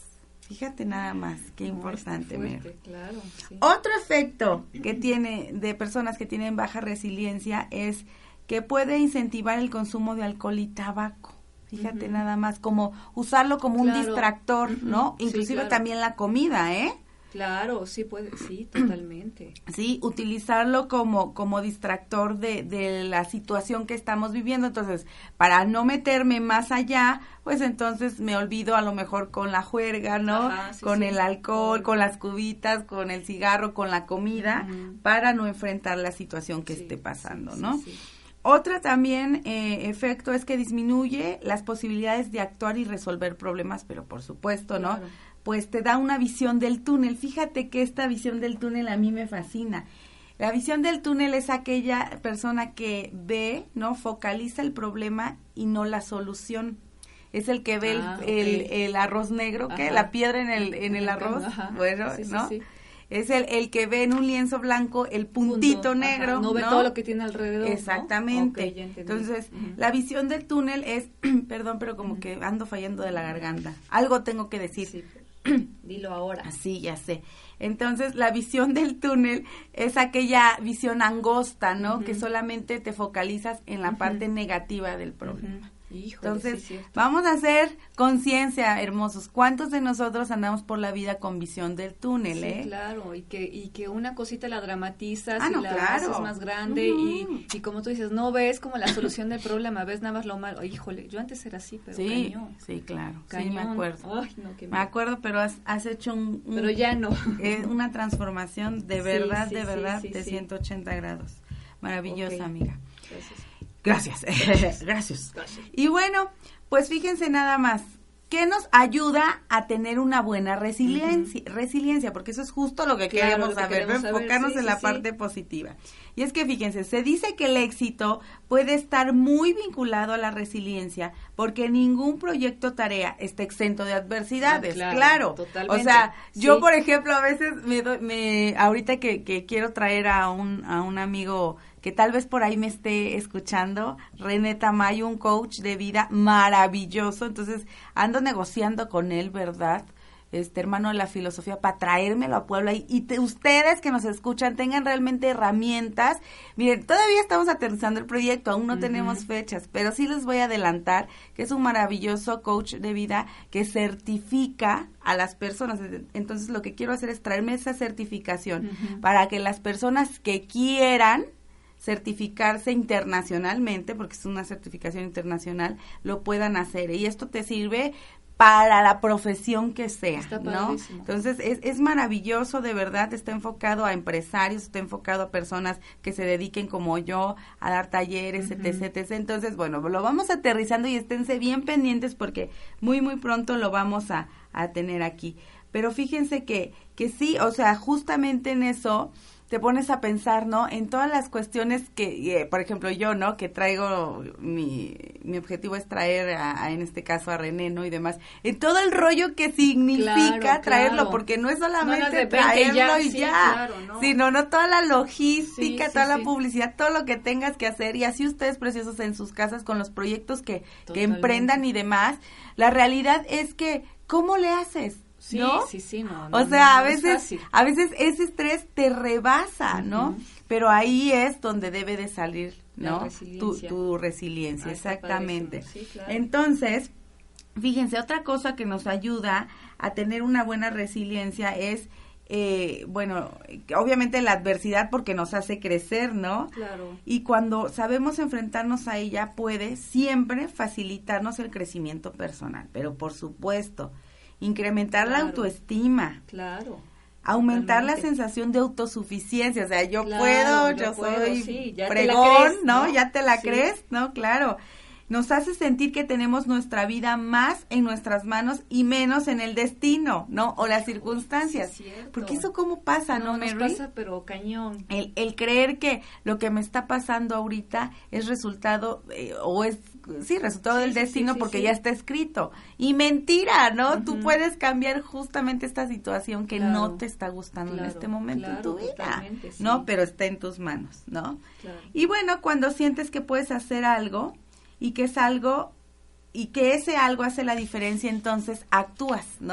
[SPEAKER 3] Fíjate nada más, qué no, importante.
[SPEAKER 4] Fuerte, claro, sí.
[SPEAKER 3] Otro efecto que tiene de personas que tienen baja resiliencia es que puede incentivar el consumo de alcohol y tabaco. Fíjate uh-huh. nada más, como usarlo como claro. un distractor, uh-huh. ¿no? Inclusive sí, claro. también la comida, ¿eh?
[SPEAKER 4] Claro, sí puede, sí, totalmente.
[SPEAKER 3] Sí, utilizarlo como como distractor de, de la situación que estamos viviendo. Entonces, para no meterme más allá, pues entonces me olvido a lo mejor con la juerga, ¿no? Ajá, sí, con sí. el alcohol, con las cubitas, con el cigarro, con la comida, uh-huh. para no enfrentar la situación que sí, esté pasando, sí, ¿no? Sí, sí. Otra también eh, efecto es que disminuye las posibilidades de actuar y resolver problemas, pero por supuesto, ¿no? Claro. Pues te da una visión del túnel. Fíjate que esta visión del túnel a mí me fascina. La visión del túnel es aquella persona que ve, ¿no? Focaliza el problema y no la solución. Es el que ve ah, el, okay. el, el arroz negro, ¿qué? La piedra en el en el arroz, ajá. bueno, sí, ¿no? Sí, sí. Es el, el que ve en un lienzo blanco el puntito Punto. negro.
[SPEAKER 4] Ajá, no ve ¿no? todo lo que tiene alrededor.
[SPEAKER 3] Exactamente.
[SPEAKER 4] ¿no? Okay,
[SPEAKER 3] entonces, uh-huh. la visión del túnel es, perdón, pero como uh-huh. que ando fallando de la garganta. Algo tengo que decir.
[SPEAKER 4] Sí. Dilo ahora.
[SPEAKER 3] Así, ya sé. Entonces, la visión del túnel es aquella visión angosta, ¿no? Uh-huh. Que solamente te focalizas en la uh-huh. parte negativa del problema. Uh-huh. Híjole, entonces, sí, vamos a hacer conciencia, hermosos. ¿Cuántos de nosotros andamos por la vida con visión del túnel,
[SPEAKER 4] sí,
[SPEAKER 3] eh?
[SPEAKER 4] claro, y que y que una cosita la dramatizas
[SPEAKER 3] ah,
[SPEAKER 4] y
[SPEAKER 3] no,
[SPEAKER 4] la
[SPEAKER 3] claro.
[SPEAKER 4] haces más grande
[SPEAKER 3] uh-huh.
[SPEAKER 4] y, y como tú dices, no ves como la solución del problema, ves nada más lo malo. Híjole, yo antes era así, pero
[SPEAKER 3] sí,
[SPEAKER 4] cañón.
[SPEAKER 3] Sí, claro,
[SPEAKER 4] cañón.
[SPEAKER 3] Sí, me acuerdo.
[SPEAKER 4] Ay, no, qué
[SPEAKER 3] me acuerdo, pero has, has hecho un, un...
[SPEAKER 4] Pero ya no.
[SPEAKER 3] Eh, una transformación de verdad,
[SPEAKER 4] sí, sí,
[SPEAKER 3] de verdad,
[SPEAKER 4] sí, sí,
[SPEAKER 3] de
[SPEAKER 4] sí.
[SPEAKER 3] ciento ochenta grados. Maravillosa, okay. amiga.
[SPEAKER 4] Gracias.
[SPEAKER 3] Gracias. Gracias. Gracias. Y bueno, pues fíjense nada más, ¿qué nos ayuda a tener una buena resiliencia? Uh-huh. Resiliencia, porque eso es justo lo que
[SPEAKER 4] claro,
[SPEAKER 3] queremos
[SPEAKER 4] lo que
[SPEAKER 3] saber,
[SPEAKER 4] queremos
[SPEAKER 3] ¿no? enfocarnos
[SPEAKER 4] sí,
[SPEAKER 3] en
[SPEAKER 4] sí,
[SPEAKER 3] la
[SPEAKER 4] sí.
[SPEAKER 3] parte positiva. Y es que fíjense, se dice que el éxito puede estar muy vinculado a la resiliencia, porque ningún proyecto o tarea está exento de adversidades, ah, claro, claro.
[SPEAKER 4] Totalmente.
[SPEAKER 3] O sea,
[SPEAKER 4] sí.
[SPEAKER 3] yo por ejemplo a veces me, doy, me ahorita que, que quiero traer a un a un amigo que tal vez por ahí me esté escuchando, René Tamayo, un coach de vida maravilloso, entonces ando negociando con él, ¿verdad?, este hermano de la filosofía, para traérmelo a Puebla, y, y te, ustedes que nos escuchan tengan realmente herramientas. Miren, todavía estamos aterrizando el proyecto, aún no uh-huh. tenemos fechas, pero sí les voy a adelantar que es un maravilloso coach de vida que certifica a las personas. Entonces lo que quiero hacer es traerme esa certificación uh-huh. para que las personas que quieran certificarse internacionalmente, porque es una certificación internacional, lo puedan hacer. Y esto te sirve para la profesión que sea, ¿no? Entonces, es, es maravilloso, de verdad, está enfocado a empresarios, está enfocado a personas que se dediquen como yo a dar talleres, uh-huh. etc, etcétera. Entonces, bueno, lo vamos aterrizando y esténse bien pendientes porque muy, muy pronto lo vamos a, a tener aquí. Pero fíjense que, que sí, o sea, justamente en eso te pones a pensar, ¿no? En todas las cuestiones que, eh, por ejemplo, yo, ¿no? Que traigo, mi, mi objetivo es traer, a, a, en este caso, a René, ¿no? Y demás. En todo el rollo que significa claro, traerlo, claro. porque no es solamente no traerlo ya, y
[SPEAKER 4] sí,
[SPEAKER 3] ya,
[SPEAKER 4] claro, ¿no?
[SPEAKER 3] sino, no toda la logística,
[SPEAKER 4] sí,
[SPEAKER 3] toda
[SPEAKER 4] sí,
[SPEAKER 3] la
[SPEAKER 4] sí.
[SPEAKER 3] publicidad, todo lo que tengas que hacer. Y así ustedes, preciosos, en sus casas, con los proyectos que, que emprendan y demás. La realidad es que, ¿cómo le haces?
[SPEAKER 4] Sí,
[SPEAKER 3] ¿no?
[SPEAKER 4] sí, sí, no,
[SPEAKER 3] o
[SPEAKER 4] no,
[SPEAKER 3] sea,
[SPEAKER 4] no,
[SPEAKER 3] a
[SPEAKER 4] no
[SPEAKER 3] veces, a veces ese estrés te rebasa, uh-huh. ¿no? Pero ahí es donde debe de salir, ¿no? Tu, tu resiliencia, ah, exactamente.
[SPEAKER 4] Sí, claro.
[SPEAKER 3] Entonces, fíjense, otra cosa que nos ayuda a tener una buena resiliencia es, eh, bueno, obviamente la adversidad, porque nos hace crecer, ¿no?
[SPEAKER 4] Claro.
[SPEAKER 3] Y cuando sabemos enfrentarnos a ella, puede siempre facilitarnos el crecimiento personal, pero por supuesto, incrementar
[SPEAKER 4] claro.
[SPEAKER 3] la autoestima.
[SPEAKER 4] Claro.
[SPEAKER 3] Aumentar
[SPEAKER 4] Totalmente.
[SPEAKER 3] La sensación de autosuficiencia, o sea, yo
[SPEAKER 4] claro,
[SPEAKER 3] puedo, yo,
[SPEAKER 4] yo puedo,
[SPEAKER 3] soy
[SPEAKER 4] sí, ya
[SPEAKER 3] fregón,
[SPEAKER 4] crees,
[SPEAKER 3] ¿no?
[SPEAKER 4] ¿no?
[SPEAKER 3] Ya te la
[SPEAKER 4] sí.
[SPEAKER 3] crees, ¿no? Claro. Nos hace sentir que tenemos nuestra vida más en nuestras manos y menos en el destino, ¿no? O las circunstancias.
[SPEAKER 4] Sí,
[SPEAKER 3] porque eso cómo pasa, ¿no,
[SPEAKER 4] no
[SPEAKER 3] Mary?
[SPEAKER 4] Nos pasa, pero cañón.
[SPEAKER 3] El, el creer que lo que me está pasando ahorita es resultado, eh, o es, sí, resultado sí, del
[SPEAKER 4] sí,
[SPEAKER 3] destino
[SPEAKER 4] sí,
[SPEAKER 3] porque
[SPEAKER 4] sí.
[SPEAKER 3] ya está escrito. Y mentira, ¿no?
[SPEAKER 4] Uh-huh.
[SPEAKER 3] Tú puedes cambiar justamente esta situación que
[SPEAKER 4] claro.
[SPEAKER 3] no te está gustando
[SPEAKER 4] claro,
[SPEAKER 3] en este momento
[SPEAKER 4] claro,
[SPEAKER 3] en tu vida,
[SPEAKER 4] sí.
[SPEAKER 3] ¿no? Pero está en tus manos, ¿no?
[SPEAKER 4] Claro.
[SPEAKER 3] Y bueno, cuando sientes que puedes hacer algo y que es algo y que ese algo hace la diferencia, entonces actúas, ¿no?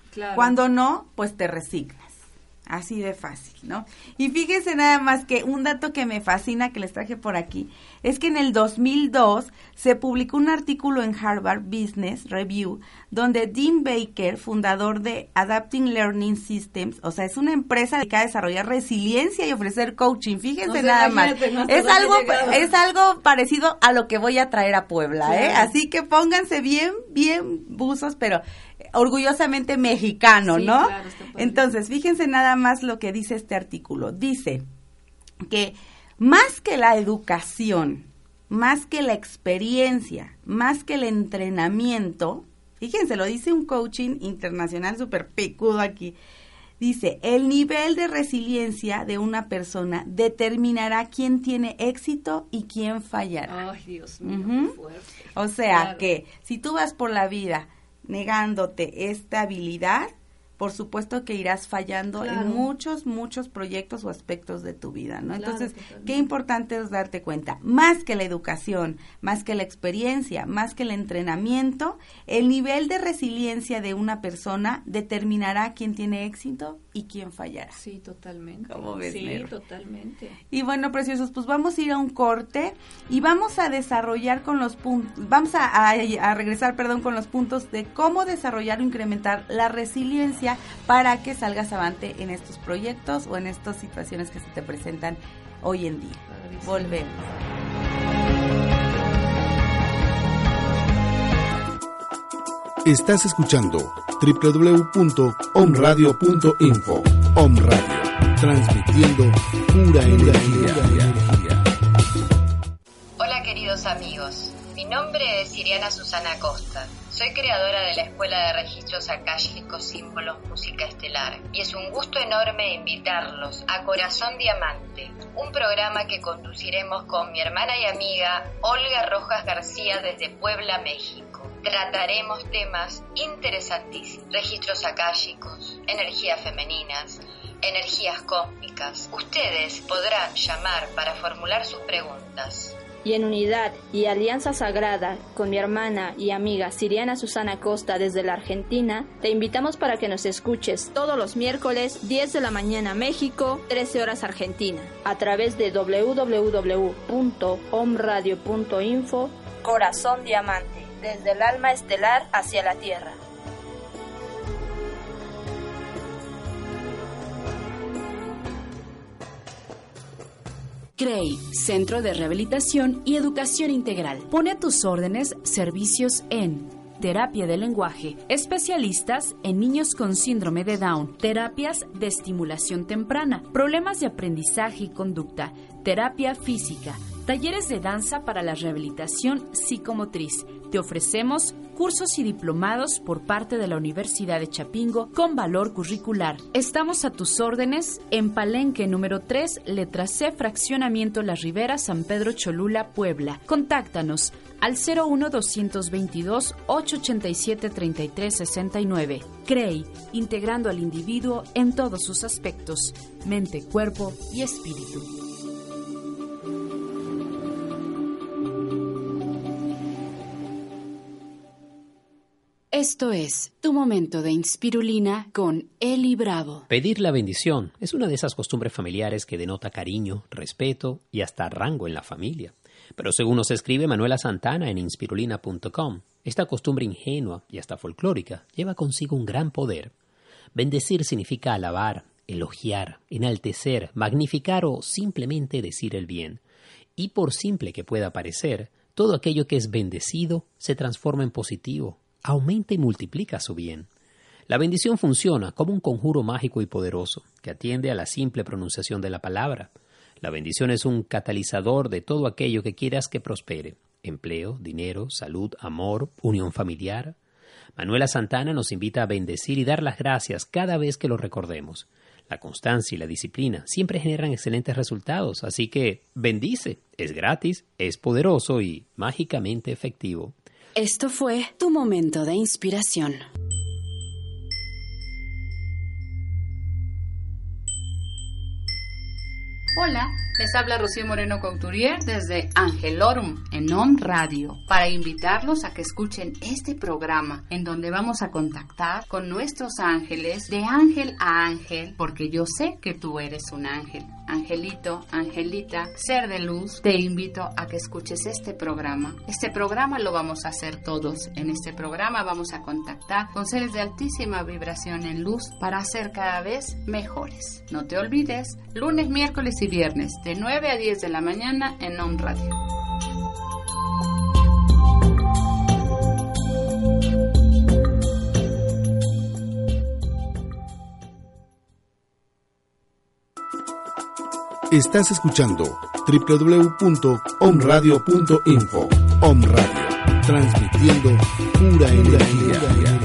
[SPEAKER 3] Claro. Cuando no, pues te resignas. Así de fácil, ¿no? Y fíjense nada más que un dato que me fascina, que les traje por aquí, es que en el dos mil dos se publicó un artículo en Harvard Business Review, donde Dean Baker, fundador de Adapting Learning Systems, o sea, es una empresa dedicada a desarrollar resiliencia y ofrecer coaching, fíjense no nada más. No es algo es algo parecido a lo que voy a traer a Puebla, claro. ¿eh? Así que pónganse bien, bien buzos, pero orgullosamente mexicano, sí, ¿no? Claro, entonces, fíjense nada más lo que dice este artículo. Dice que más que la educación, más que la experiencia, más que el entrenamiento, fíjense, lo dice un coaching internacional súper picudo aquí, dice, el nivel de resiliencia de una persona determinará quién tiene éxito y quién fallará.
[SPEAKER 4] Ay, Dios mío,
[SPEAKER 3] uh-huh.
[SPEAKER 4] qué fuerte.
[SPEAKER 3] O sea,
[SPEAKER 4] claro.
[SPEAKER 3] que si tú vas por la vida negándote esta habilidad, por supuesto que irás fallando claro. en muchos, muchos proyectos o aspectos de tu vida, ¿no?
[SPEAKER 4] Claro,
[SPEAKER 3] Entonces,
[SPEAKER 4] totalmente.
[SPEAKER 3] qué importante es darte cuenta, más que la educación, más que la experiencia, más que el entrenamiento, el nivel de resiliencia de una persona determinará quién tiene éxito y quién fallará.
[SPEAKER 4] Sí, totalmente.
[SPEAKER 3] ¿Cómo ves,
[SPEAKER 4] Sí,
[SPEAKER 3] Nero?
[SPEAKER 4] totalmente.
[SPEAKER 3] Y bueno, preciosos, pues vamos a ir a un corte y vamos a desarrollar con los puntos, vamos a, a, a regresar, perdón, con los puntos de cómo desarrollar o incrementar la resiliencia para que salgas avante en estos proyectos o en estas situaciones que se te presentan hoy en día. Claro, volvemos.
[SPEAKER 11] Estás escuchando doble u doble u doble u punto om radio punto info. Om Radio, transmitiendo pura energía.
[SPEAKER 12] Hola queridos amigos, mi nombre es Siriana Susana Costa. Soy creadora de la Escuela de Registros Akáshicos Símbolos Música Estelar y es un gusto enorme invitarlos a Corazón Diamante, un programa que conduciremos con mi hermana y amiga Olga Rojas García desde Puebla, México. Trataremos temas interesantísimos, registros akáshicos, energías femeninas, energías cósmicas. Ustedes podrán llamar para formular sus preguntas.
[SPEAKER 13] Y en unidad y alianza sagrada con mi hermana y amiga Siriana Susana Costa desde la Argentina, te invitamos para que nos escuches todos los miércoles diez de la mañana México, trece horas Argentina, a través de doble u doble u doble u punto om radio punto info. Corazón Diamante, desde el alma estelar hacia la tierra.
[SPEAKER 8] C R E I, Centro de Rehabilitación y Educación Integral. Pone a tus órdenes servicios en terapia de lenguaje, especialistas en niños con síndrome de Down, terapias de estimulación temprana, problemas de aprendizaje y conducta, terapia física, talleres de danza para la rehabilitación psicomotriz. Te ofrecemos cursos y diplomados por parte de la Universidad de Chapingo con valor curricular. Estamos a tus órdenes en Palenque número tres, letra C, fraccionamiento La Ribera, San Pedro Cholula, Puebla. Contáctanos al cero uno dos veintidós, ochocientos ochenta y siete, treinta y tres sesenta y nueve. C R E I, integrando al individuo en todos sus aspectos, mente, cuerpo y espíritu. Esto es Tu Momento de Inspirulina con Eli Bravo.
[SPEAKER 14] Pedir la bendición es una de esas costumbres familiares que denota cariño, respeto y hasta rango en la familia. Pero según nos escribe Manuela Santana en inspirulina punto com, esta costumbre ingenua y hasta folclórica lleva consigo un gran poder. Bendecir significa alabar, elogiar, enaltecer, magnificar o simplemente decir el bien. Y por simple que pueda parecer, todo aquello que es bendecido se transforma en positivo, aumenta y multiplica su bien. La bendición funciona como un conjuro mágico y poderoso que atiende a la simple pronunciación de la palabra. La bendición es un catalizador de todo aquello que quieras que prospere: empleo, dinero, salud, amor, unión familiar. Manuela Santana nos invita a bendecir y dar las gracias cada vez que lo recordemos. La constancia y la disciplina siempre generan excelentes resultados, así que bendice. Es gratis, es poderoso y mágicamente efectivo.
[SPEAKER 8] Esto fue Tu Momento de Inspiración.
[SPEAKER 15] Hola, les habla Rocío Moreno Couturier desde Angelorum en Om Radio para invitarlos a que escuchen este programa en donde vamos a contactar con nuestros ángeles de ángel a ángel, porque yo sé que tú eres un ángel. Angelito, Angelita, ser de luz, te invito a que escuches este programa. Este programa lo vamos a hacer todos. En este programa vamos a contactar con seres de altísima vibración en luz para ser cada vez mejores. No te olvides, lunes, miércoles y viernes de nueve a diez de la mañana en Om Radio.
[SPEAKER 11] Estás escuchando doble u doble u doble u punto om radio punto info. Om Radio, transmitiendo pura energía.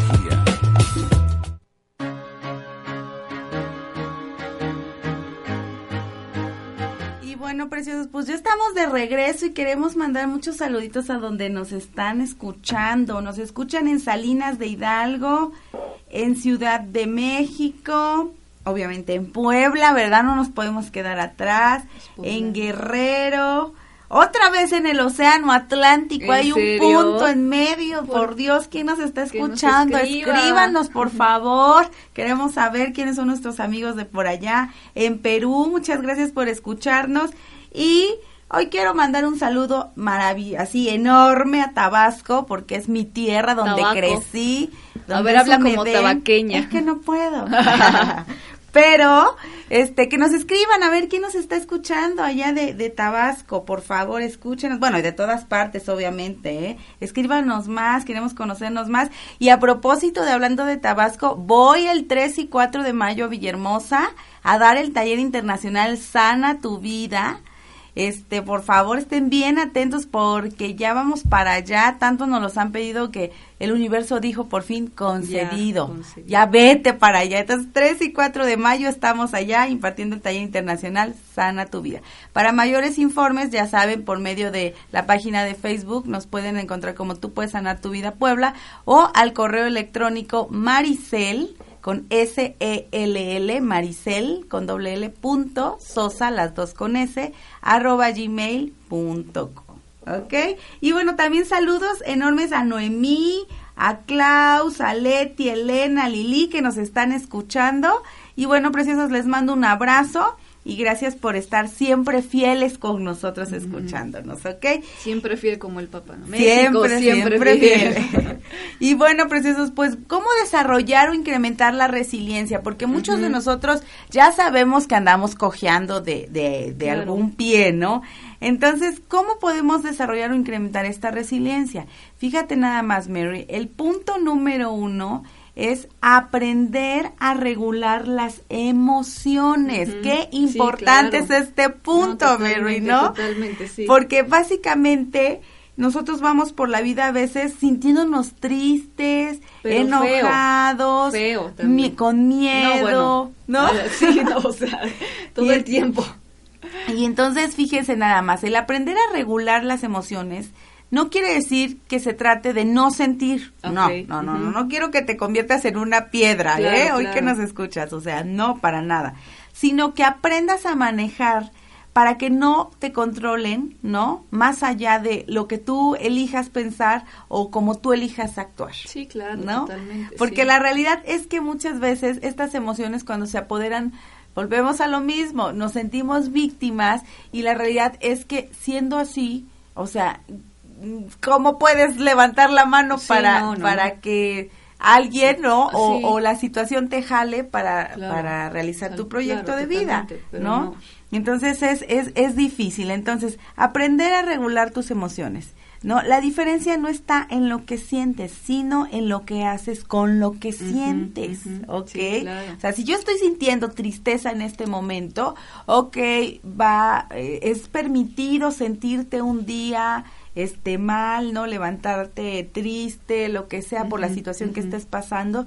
[SPEAKER 3] Y bueno, preciosos, pues ya estamos de regreso y queremos mandar muchos saluditos a donde nos están escuchando. Nos escuchan en Salinas de Hidalgo, en Ciudad de México, obviamente en Puebla, ¿verdad? No nos podemos quedar atrás. En Guerrero, otra vez en el Océano Atlántico, hay un punto en medio. Por, por Dios, ¿quién nos está escuchando? Nos escríbanos, por favor. Queremos saber quiénes son nuestros amigos de por allá. En Perú, muchas gracias por escucharnos. Y hoy quiero mandar un saludo maravilloso, así enorme a Tabasco, porque es mi tierra donde Tabaco. crecí. Donde
[SPEAKER 4] a ver, habla como ven. tabaqueña.
[SPEAKER 3] Es que no puedo. Pero, este, que nos escriban a ver quién nos está escuchando allá de, de Tabasco, por favor, escúchenos, bueno, y de todas partes, obviamente, ¿eh? Escríbanos más, queremos conocernos más. Y a propósito de hablando de Tabasco, voy el tres y cuatro de mayo a Villahermosa a dar el taller internacional Sana tu Vida. Este, por favor, estén bien atentos porque ya vamos para allá, tanto nos los han pedido que el universo dijo por fin concedido, ya, concedido. ya vete para allá. Entonces, tres y cuatro de mayo estamos allá impartiendo el taller internacional Sana tu Vida. Para mayores informes, ya saben, por medio de la página de Facebook, nos pueden encontrar como Tú Puedes Sanar Tu Vida Puebla, o al correo electrónico Maricel, con S E L L, Maricel, con doble L, punto, Sosa, las dos con S, arroba gmail punto com, ¿ok? Y bueno, también saludos enormes a Noemí, a Klaus, a Leti, Elena, a Lili, que nos están escuchando. Y bueno, preciosos, les mando un abrazo. Y gracias por estar siempre fieles con nosotros, uh-huh. escuchándonos, ¿ok?
[SPEAKER 4] Siempre fiel como el Papa, ¿no?
[SPEAKER 3] México, siempre, siempre fiel. fiel. Y bueno, preciosos, pues, ¿cómo desarrollar o incrementar la resiliencia? Porque muchos uh-huh. de nosotros ya sabemos que andamos cojeando de, de, de claro. algún pie, ¿no? Entonces, ¿cómo podemos desarrollar o incrementar esta resiliencia? Fíjate nada más, Mary, el punto número uno es aprender a regular las emociones. Uh-huh. Qué importante sí, claro. es este punto, no, Mary, ¿no?
[SPEAKER 4] Totalmente, sí.
[SPEAKER 3] Porque básicamente nosotros vamos por la vida a veces sintiéndonos tristes, pero enojados,
[SPEAKER 4] feo, feo
[SPEAKER 3] mi- con miedo, ¿no? Bueno,
[SPEAKER 4] ¿no? Sí, no, o sea, todo el tiempo.
[SPEAKER 3] Y entonces, fíjense nada más, el aprender a regular las emociones no quiere decir que se trate de no sentir. Okay. No, no, no, uh-huh. no, no quiero que te conviertas en una piedra, claro, ¿eh? Hoy claro. que nos escuchas, o sea, no para nada. Sino que aprendas a manejar para que no te controlen, ¿no? Más allá de lo que tú elijas pensar o como tú elijas actuar.
[SPEAKER 4] Sí, claro,
[SPEAKER 3] ¿no?
[SPEAKER 4] Totalmente.
[SPEAKER 3] Porque
[SPEAKER 4] sí.
[SPEAKER 3] la realidad es que muchas veces estas emociones cuando se apoderan, volvemos a lo mismo, nos sentimos víctimas y la realidad es que siendo así, o sea, ¿cómo puedes levantar la mano sí, para no, no, para no. que alguien, ¿no? O, sí. o la situación te jale para, claro. para realizar Sal, tu proyecto claro, de vida, ¿no? no. Entonces es, es, es difícil. Entonces, aprender a regular tus emociones, ¿no? La diferencia no está en lo que sientes, sino en lo que haces con lo que uh-huh, sientes, uh-huh. ¿ok? Sí, claro. O sea, si yo estoy sintiendo tristeza en este momento, ok, va, eh, es permitido sentirte un día este mal, ¿no? Levantarte triste, lo que sea, uh-huh, por la situación uh-huh. que estés pasando,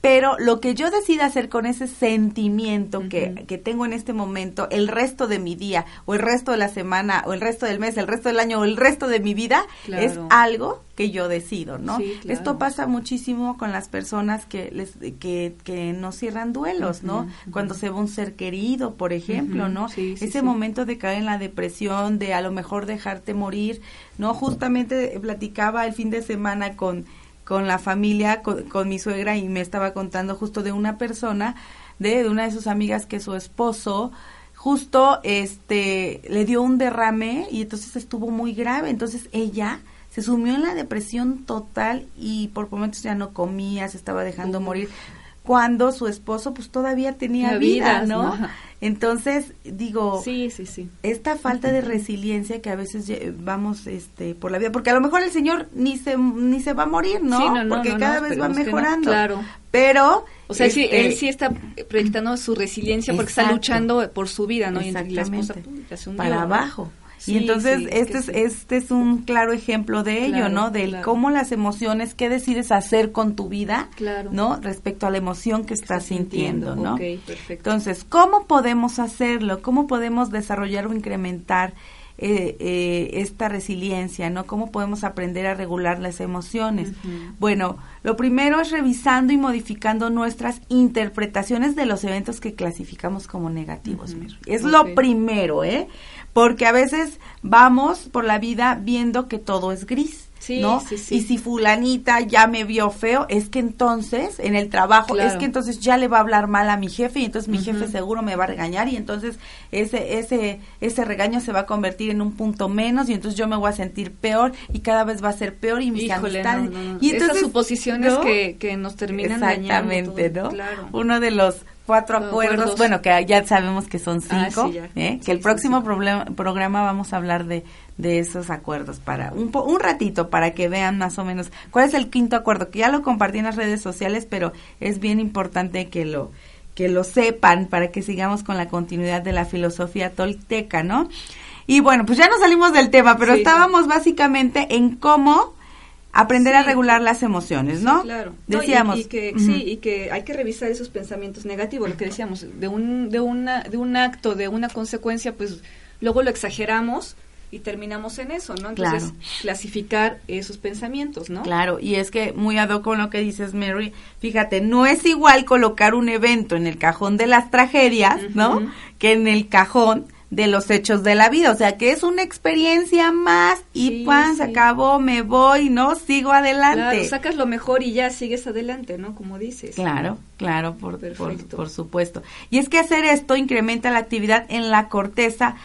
[SPEAKER 3] pero lo que yo decida hacer con ese sentimiento uh-huh. que, que tengo en este momento, el resto de mi día, o el resto de la semana, o el resto del mes, el resto del año, o el resto de mi vida, claro. es algo que yo decido, ¿no? Sí, claro. Esto pasa muchísimo con las personas que les que, que no cierran duelos, uh-huh, ¿no? Uh-huh. Cuando se va un ser querido, por ejemplo, uh-huh. ¿no? Sí, sí, Ese sí. momento de caer en la depresión, de a lo mejor dejarte morir, ¿no? Justamente platicaba el fin de semana con con la familia, con, con mi suegra, y me estaba contando justo de una persona, de, de una de sus amigas, que su esposo justo este le dio un derrame y entonces estuvo muy grave. Entonces ella se sumió en la depresión total y por momentos ya no comía, se estaba dejando uh. morir, cuando su esposo pues todavía tenía la vida, vida, ¿no? ¿no? Entonces, digo,
[SPEAKER 4] sí, sí, sí.
[SPEAKER 3] esta falta de resiliencia que a veces vamos este por la vida, porque a lo mejor el señor ni se ni se va a morir, ¿no?
[SPEAKER 4] Sí, no, no
[SPEAKER 3] porque
[SPEAKER 4] no,
[SPEAKER 3] cada
[SPEAKER 4] no,
[SPEAKER 3] vez va mejorando.
[SPEAKER 4] No, claro.
[SPEAKER 3] Pero
[SPEAKER 4] o sea,
[SPEAKER 3] este,
[SPEAKER 4] sí, él sí está proyectando su resiliencia porque exacto. está luchando por su vida, ¿no?
[SPEAKER 3] Exactamente.
[SPEAKER 4] Y la esposa pum, ya se hundió,
[SPEAKER 3] para
[SPEAKER 4] ¿no?
[SPEAKER 3] abajo.
[SPEAKER 4] Sí,
[SPEAKER 3] y entonces
[SPEAKER 4] sí,
[SPEAKER 3] este es,
[SPEAKER 4] sí.
[SPEAKER 3] este es un claro ejemplo de ello,
[SPEAKER 4] claro,
[SPEAKER 3] ¿no? Del
[SPEAKER 4] claro.
[SPEAKER 3] cómo las emociones, qué decides hacer con tu vida,
[SPEAKER 4] claro.
[SPEAKER 3] ¿no? Respecto a la emoción que estás, estás sintiendo, sintiendo, ¿no?
[SPEAKER 4] Okay, perfecto.
[SPEAKER 3] Entonces, ¿cómo podemos hacerlo? ¿Cómo podemos desarrollar o incrementar eh, eh, esta resiliencia, ¿no? ¿Cómo podemos aprender a regular las emociones? Uh-huh. Bueno, lo primero es revisando y modificando nuestras interpretaciones de los eventos que clasificamos como negativos. Uh-huh. Es okay. lo primero, ¿eh? Porque a veces vamos por la vida viendo que todo es gris,
[SPEAKER 4] sí,
[SPEAKER 3] ¿no?
[SPEAKER 4] Sí, sí.
[SPEAKER 3] Y si fulanita ya me vio feo, es que entonces, en el trabajo, claro. es que entonces ya le va a hablar mal a mi jefe, y entonces mi uh-huh. jefe seguro me va a regañar, y entonces ese ese ese regaño se va a convertir en un punto menos, y entonces yo me voy a sentir peor, y cada vez va a ser peor, y mis
[SPEAKER 4] Híjole,
[SPEAKER 3] amistades.
[SPEAKER 4] No, no, no.
[SPEAKER 3] Y entonces,
[SPEAKER 4] esas suposiciones, ¿no? que, que nos terminan dañando.
[SPEAKER 3] Exactamente, ¿no?
[SPEAKER 4] Claro.
[SPEAKER 3] Uno de los cuatro acuerdos, acuerdos, bueno, que ya sabemos que son cinco,
[SPEAKER 4] ah, sí,
[SPEAKER 3] ¿eh?
[SPEAKER 4] Sí,
[SPEAKER 3] que el
[SPEAKER 4] sí,
[SPEAKER 3] próximo
[SPEAKER 4] sí.
[SPEAKER 3] Problema, programa vamos a hablar de, de esos acuerdos para un, po, un ratito, para que vean más o menos cuál es el quinto acuerdo, que ya lo compartí en las redes sociales, pero es bien importante que lo que lo sepan para que sigamos con la continuidad de la filosofía tolteca, ¿no? Y bueno, pues ya nos salimos del tema, pero sí, estábamos sí. básicamente en cómo aprender sí. a regular las emociones, ¿no?
[SPEAKER 4] Sí, claro.
[SPEAKER 3] Decíamos.
[SPEAKER 4] No, y, y que,
[SPEAKER 3] uh-huh.
[SPEAKER 4] sí, y que hay que revisar esos pensamientos negativos, lo que decíamos, de un, de una, de un acto, de una consecuencia, pues luego lo exageramos y terminamos en eso, ¿no? Entonces, claro. clasificar esos pensamientos, ¿no?
[SPEAKER 3] Claro, y es que muy ad hoc con lo que dices, Mary, fíjate, no es igual colocar un evento en el cajón de las tragedias, uh-huh. ¿no? Que en el cajón de los hechos de la vida, o sea, que es una experiencia más y
[SPEAKER 4] sí,
[SPEAKER 3] ¡pam!
[SPEAKER 4] Sí.
[SPEAKER 3] Se acabó, me voy, ¿no? Sigo adelante.
[SPEAKER 4] Claro, sacas lo mejor y ya sigues adelante, ¿no? Como dices.
[SPEAKER 3] Claro, claro, por, por, por supuesto. Y es que hacer esto incrementa la actividad en la corteza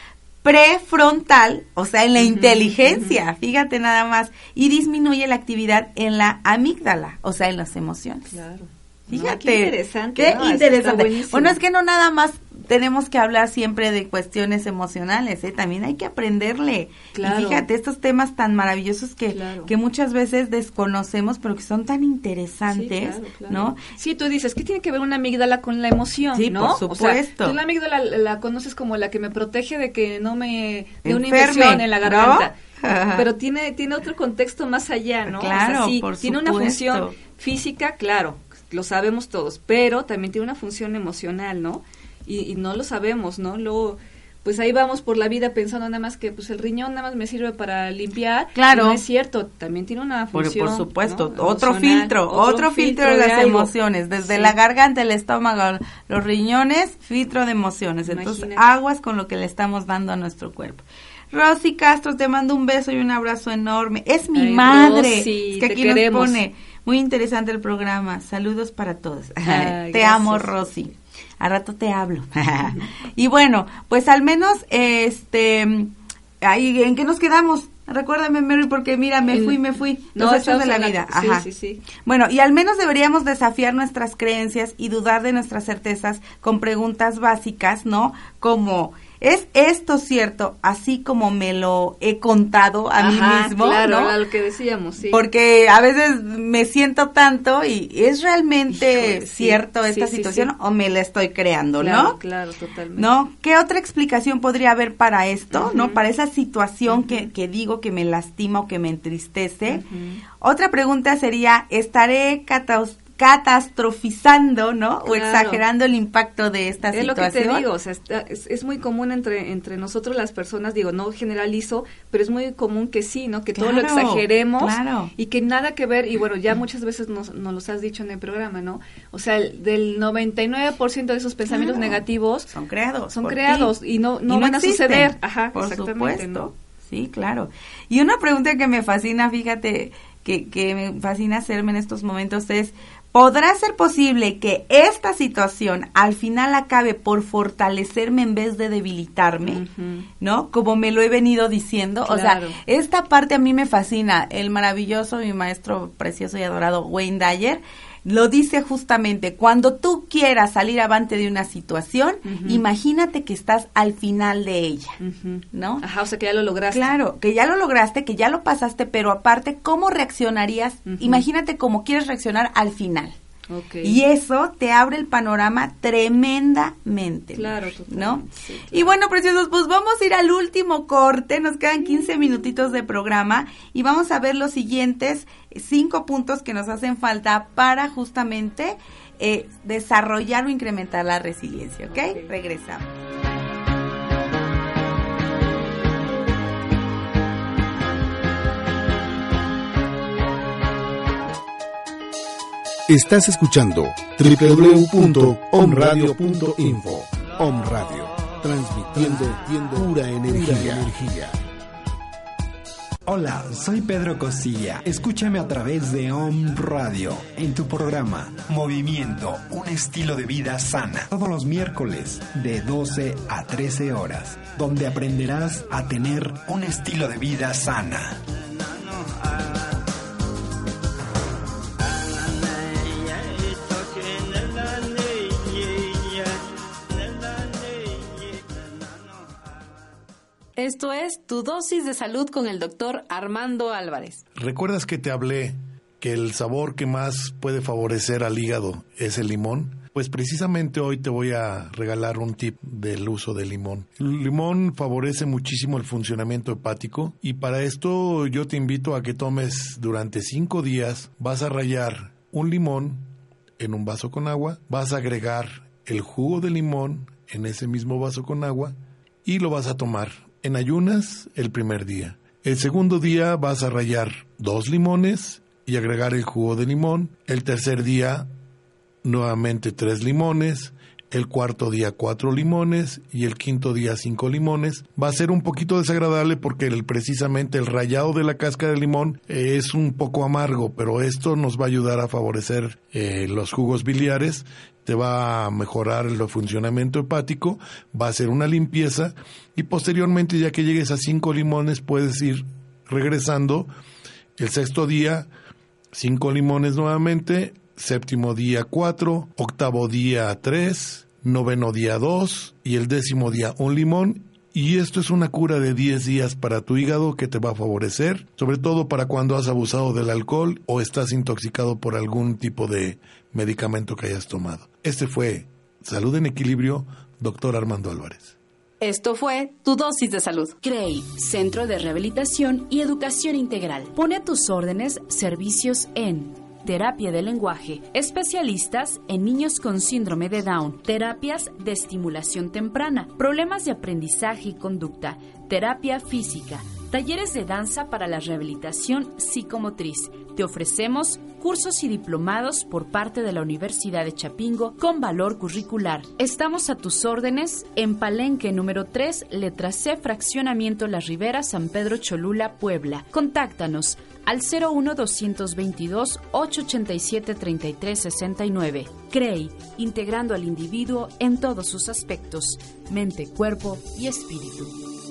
[SPEAKER 3] prefrontal, o sea, en la uh-huh, inteligencia, uh-huh. fíjate nada más, y disminuye la actividad en la amígdala, o sea, en las emociones.
[SPEAKER 4] Claro.
[SPEAKER 3] Fíjate.
[SPEAKER 4] No, qué interesante.
[SPEAKER 3] Qué
[SPEAKER 4] no,
[SPEAKER 3] interesante. Bueno, es que no nada más tenemos que hablar siempre de cuestiones emocionales, ¿eh? También hay que aprenderle.
[SPEAKER 4] Claro.
[SPEAKER 3] Y fíjate, estos temas tan maravillosos que,
[SPEAKER 4] claro.
[SPEAKER 3] que muchas veces desconocemos, pero que son tan interesantes,
[SPEAKER 4] sí, claro, claro.
[SPEAKER 3] ¿no?
[SPEAKER 4] Sí, tú dices, ¿qué tiene que ver una amígdala con la emoción,
[SPEAKER 3] sí,
[SPEAKER 4] no?
[SPEAKER 3] por supuesto.
[SPEAKER 4] O sea, tú la amígdala la, la conoces como la que me protege de que no me dé una infección en la garganta. ¿No? Pero tiene tiene otro contexto más allá, ¿no?
[SPEAKER 3] Claro,
[SPEAKER 4] o sea, sí,
[SPEAKER 3] por
[SPEAKER 4] tiene
[SPEAKER 3] supuesto.
[SPEAKER 4] una función física, claro, lo sabemos todos, pero también tiene una función emocional, ¿no? Y, y no lo sabemos, ¿no? Luego, pues ahí vamos por la vida pensando nada más que pues el riñón nada más me sirve para limpiar.
[SPEAKER 3] Claro.
[SPEAKER 4] No es cierto, también tiene una función.
[SPEAKER 3] Por, por supuesto,
[SPEAKER 4] ¿no?
[SPEAKER 3] otro
[SPEAKER 4] Emocional,
[SPEAKER 3] filtro, otro, otro filtro, filtro de las algo. emociones, desde sí. la garganta, el estómago, los riñones, filtro de emociones. Entonces, Imagínate. aguas con lo que le estamos dando a nuestro cuerpo. Rosy Castro, te mando un beso y un abrazo enorme. Es mi Ay, madre.
[SPEAKER 4] Rosy,
[SPEAKER 3] es que aquí
[SPEAKER 4] te
[SPEAKER 3] nos
[SPEAKER 4] queremos.
[SPEAKER 3] pone muy interesante el programa. Saludos para todos.
[SPEAKER 4] Ay,
[SPEAKER 3] te
[SPEAKER 4] gracias.
[SPEAKER 3] amo, Rosy. A rato te hablo. Y bueno, pues al menos, este, ahí, ¿en qué nos quedamos? Recuérdame, Mary, porque mira, me fui, me fui. Los
[SPEAKER 4] no,
[SPEAKER 3] hechos de la vida.
[SPEAKER 4] Sí,
[SPEAKER 3] Ajá.
[SPEAKER 4] sí, sí.
[SPEAKER 3] Bueno, y al menos deberíamos desafiar nuestras creencias y dudar de nuestras certezas con preguntas básicas, ¿no? Como, ¿es esto cierto así como me lo he contado a Ajá, mí mismo?
[SPEAKER 4] Claro,
[SPEAKER 3] ¿no?
[SPEAKER 4] lo que decíamos, sí.
[SPEAKER 3] Porque a veces me siento tanto y ¿es realmente
[SPEAKER 4] Híjole,
[SPEAKER 3] cierto
[SPEAKER 4] sí,
[SPEAKER 3] esta
[SPEAKER 4] sí,
[SPEAKER 3] situación
[SPEAKER 4] sí, sí.
[SPEAKER 3] o me la estoy creando,
[SPEAKER 4] claro,
[SPEAKER 3] ¿no?
[SPEAKER 4] Claro, totalmente.
[SPEAKER 3] ¿No? ¿Qué otra explicación podría haber para esto,
[SPEAKER 4] uh-huh.
[SPEAKER 3] no? Para esa situación
[SPEAKER 4] uh-huh.
[SPEAKER 3] que, que digo que me lastima o que me entristece.
[SPEAKER 4] Uh-huh.
[SPEAKER 3] Otra pregunta sería, ¿estaré cataus- catastrofizando, ¿no?
[SPEAKER 4] Claro.
[SPEAKER 3] O exagerando el impacto de esta
[SPEAKER 4] es
[SPEAKER 3] situación.
[SPEAKER 4] Es lo que te digo, o sea, está, es, es muy común entre entre nosotros las personas, digo, no generalizo, pero es muy común que sí, ¿no? Que
[SPEAKER 3] claro,
[SPEAKER 4] todo lo exageremos
[SPEAKER 3] claro.
[SPEAKER 4] y que nada que ver, y bueno, ya muchas veces nos, nos los has dicho en el programa, ¿no? O sea, el, del noventa y nueve por ciento de esos pensamientos claro. negativos
[SPEAKER 3] son creados.
[SPEAKER 4] Son creados ti. y no, no, y no van existen, a suceder. Ajá,
[SPEAKER 3] por
[SPEAKER 4] exactamente,
[SPEAKER 3] supuesto.
[SPEAKER 4] ¿no?
[SPEAKER 3] Sí, claro. Y una pregunta que me fascina, fíjate, que, que me fascina hacerme en estos momentos es, ¿podrá ser posible que esta situación al final acabe por fortalecerme en vez de debilitarme? Uh-huh. ¿No? Como me lo he venido diciendo.
[SPEAKER 4] Claro.
[SPEAKER 3] O sea, esta parte a mí me fascina. El maravilloso, mi maestro precioso y adorado Wayne Dyer lo dice justamente, cuando tú quieras salir avante de una situación, uh-huh. imagínate que estás al final de ella, uh-huh. ¿no?
[SPEAKER 4] Ajá, o sea, que ya lo lograste.
[SPEAKER 3] Claro, que ya lo lograste, que ya lo pasaste, pero aparte, ¿cómo reaccionarías? Uh-huh. Imagínate cómo quieres reaccionar al final. Okay. Y eso te abre el panorama tremendamente.
[SPEAKER 4] Claro,
[SPEAKER 3] ¿no? Sí, claro. Y bueno, preciosos, pues vamos a ir al último corte, nos quedan quince minutitos de programa y vamos a ver los siguientes cinco puntos que nos hacen falta para justamente eh, desarrollar o incrementar la resiliencia, ¿ok? okay. Regresamos.
[SPEAKER 11] Estás escuchando doble u doble u doble u punto om radio punto info. Om Radio, transmitiendo pura energía. energía.
[SPEAKER 16] Hola, soy Pedro Costilla. Escúchame a través de Om Radio en tu programa Movimiento, un estilo de vida sana. Todos los miércoles de doce a trece horas, donde aprenderás a tener un estilo de vida sana.
[SPEAKER 5] Esto es Tu Dosis de Salud con el doctor Armando Álvarez.
[SPEAKER 7] ¿Recuerdas que te hablé que el sabor que más puede favorecer al hígado es el limón? Pues precisamente hoy te voy a regalar un tip del uso del limón. El limón favorece muchísimo el funcionamiento hepático y para esto yo te invito a que tomes durante cinco días, vas a rallar un limón en un vaso con agua, vas a agregar el jugo de limón en ese mismo vaso con agua y lo vas a tomar en ayunas el primer día. El segundo día vas a rallar dos limones y agregar el jugo de limón. El tercer día nuevamente tres limones. El cuarto día cuatro limones y el quinto día cinco limones. Va a ser un poquito desagradable porque el, precisamente el rallado de la cáscara de limón eh, es un poco amargo, pero esto nos va a ayudar a favorecer eh, los jugos biliares, te va a mejorar el funcionamiento hepático, va a hacer una limpieza y posteriormente ya que llegues a cinco limones puedes ir regresando. El sexto día cinco limones nuevamente, séptimo día cuatro, octavo día tres, noveno día dos y el décimo día un limón. Y esto es una cura de diez días para tu hígado que te va a favorecer, sobre todo para cuando has abusado del alcohol o estás intoxicado por algún tipo de medicamento que hayas tomado. Este fue Salud en Equilibrio, doctor Armando Álvarez.
[SPEAKER 5] Esto fue Tu Dosis de Salud.
[SPEAKER 8] C R E I, Centro de Rehabilitación y Educación Integral. Pone a tus órdenes servicios en terapia de lenguaje, especialistas en niños con síndrome de Down, terapias de estimulación temprana, problemas de aprendizaje y conducta, terapia física, talleres de danza para la rehabilitación psicomotriz. Te ofrecemos cursos y diplomados por parte de la Universidad de Chapingo con valor curricular. Estamos a tus órdenes en Palenque número tres, letra C, fraccionamiento Las Riberas, San Pedro Cholula, Puebla. Contáctanos al cero uno dos veintidós, ochocientos ochenta y siete, treinta y tres sesenta y nueve. C R E I, integrando al individuo en todos sus aspectos, mente, cuerpo y espíritu.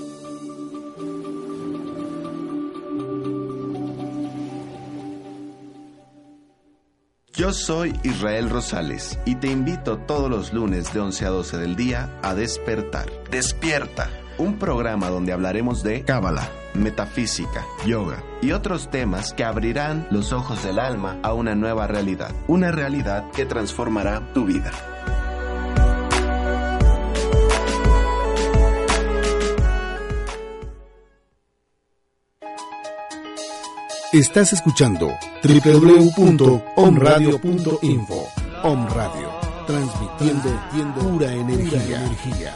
[SPEAKER 17] Yo soy Israel Rosales y te invito todos los lunes de once a doce del día a Despertar. Despierta, un programa donde hablaremos de Cábala, metafísica, yoga y otros temas que abrirán los ojos del alma a una nueva realidad. Una realidad que transformará tu vida.
[SPEAKER 11] Estás escuchando doble u doble u doble u punto om radio punto info. Om Radio, transmitiendo pura energía. energía.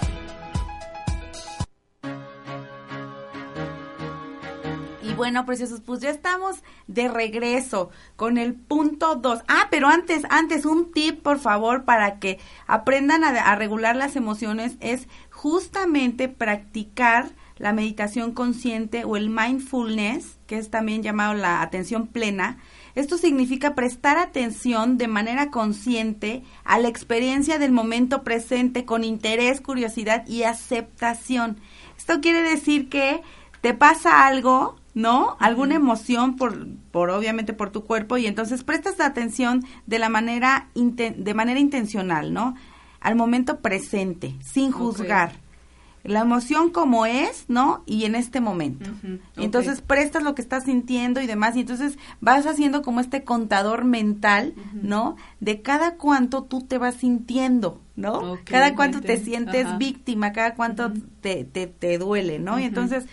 [SPEAKER 3] Y bueno, preciosos, pues ya estamos de regreso con el punto dos. Ah, pero antes, antes, un tip, por favor, para que aprendan a, a regular las emociones es justamente practicar la meditación consciente o el mindfulness, que es también llamado la atención plena. Esto significa prestar atención de manera consciente a la experiencia del momento presente con interés, curiosidad y aceptación. Esto quiere decir que te pasa algo, ¿no? Alguna emoción por, por obviamente por tu cuerpo, y entonces prestas atención de la manera inten- de manera intencional, ¿no? Al momento presente, sin juzgar. Okay. La emoción como es, ¿no? Y en este momento. Uh-huh. Okay. Entonces prestas lo que estás sintiendo y demás, y entonces vas haciendo como este contador mental, uh-huh, ¿no? De cada cuánto tú te vas sintiendo, ¿no? Okay, cada cuánto te sientes, ajá, víctima, cada cuánto, uh-huh, te, te, te duele, ¿no? Uh-huh. Y entonces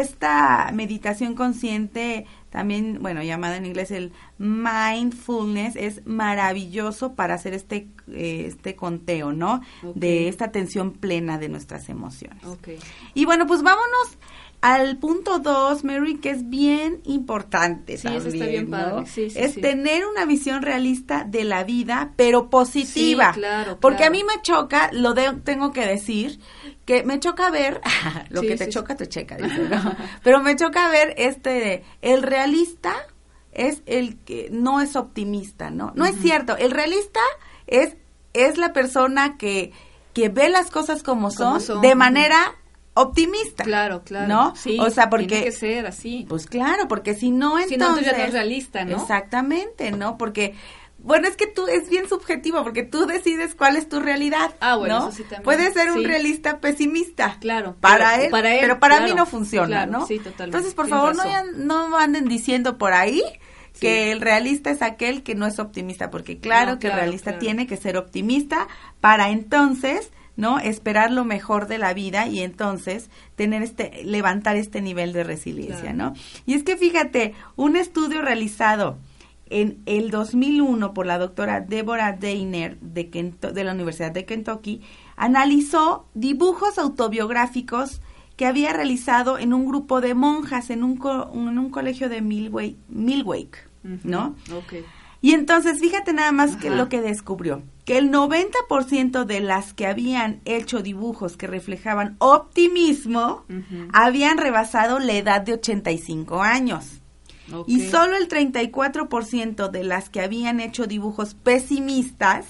[SPEAKER 3] esta meditación consciente, también, bueno, llamada en inglés el mindfulness, es maravilloso para hacer este eh, este conteo, ¿no? Okay. De esta atención plena de nuestras emociones. Okay. Y bueno, pues vámonos al punto dos, Mary, que es bien importante.
[SPEAKER 4] Sí,
[SPEAKER 3] también,
[SPEAKER 4] eso está bien,
[SPEAKER 3] ¿no?
[SPEAKER 4] padre. Sí, sí,
[SPEAKER 3] es
[SPEAKER 4] sí.
[SPEAKER 3] tener una visión realista de la vida, pero positiva.
[SPEAKER 4] Sí, claro,
[SPEAKER 3] porque
[SPEAKER 4] claro.
[SPEAKER 3] a mí me choca, lo de, tengo que decir, que me choca ver, lo sí, que te sí, choca, sí. te checa, dice, ¿no? Pero me choca ver este, el realista es el que no es optimista, ¿no? No uh-huh. es cierto, el realista es, es la persona que, que ve las cosas como son, como son. de manera optimista.
[SPEAKER 4] Claro, claro.
[SPEAKER 3] ¿No?
[SPEAKER 4] Sí,
[SPEAKER 3] o sea, porque
[SPEAKER 4] tiene que ser así.
[SPEAKER 3] Pues claro, porque si no, entonces...
[SPEAKER 4] Si no, tú ya no eres realista, ¿no?
[SPEAKER 3] Exactamente, ¿no? Porque, bueno, es que tú, es bien subjetivo, porque tú decides cuál es tu realidad,
[SPEAKER 4] ah, bueno,
[SPEAKER 3] ¿no?
[SPEAKER 4] Eso sí también.
[SPEAKER 3] Puede ser
[SPEAKER 4] sí.
[SPEAKER 3] un realista pesimista.
[SPEAKER 4] Claro.
[SPEAKER 3] Para,
[SPEAKER 4] pero,
[SPEAKER 3] él,
[SPEAKER 4] para él,
[SPEAKER 3] pero para
[SPEAKER 4] claro,
[SPEAKER 3] mí no funciona,
[SPEAKER 4] claro,
[SPEAKER 3] ¿no?
[SPEAKER 4] Sí, totalmente.
[SPEAKER 3] Entonces, por
[SPEAKER 4] Tienes
[SPEAKER 3] favor, no,
[SPEAKER 4] razón.
[SPEAKER 3] no anden diciendo por ahí
[SPEAKER 4] sí.
[SPEAKER 3] que el realista es aquel que no es optimista, porque claro
[SPEAKER 4] no,
[SPEAKER 3] que
[SPEAKER 4] claro,
[SPEAKER 3] el realista
[SPEAKER 4] claro.
[SPEAKER 3] tiene que ser optimista para entonces... ¿no? Esperar lo mejor de la vida y entonces tener este, levantar este nivel de resiliencia, claro. ¿no? Y es que fíjate, un estudio realizado en el dos mil uno por la doctora Deborah Deiner de, Kent- de la Universidad de Kentucky, analizó dibujos autobiográficos que había realizado en un grupo de monjas en un, co- en un colegio de Milwake, Milwake uh-huh. ¿no?
[SPEAKER 4] Okay.
[SPEAKER 3] Y entonces, fíjate nada más que lo que descubrió, que el noventa por ciento de las que habían hecho dibujos que reflejaban optimismo, uh-huh. habían rebasado la edad de ochenta y cinco años. Okay. Y solo el treinta y cuatro por ciento de las que habían hecho dibujos pesimistas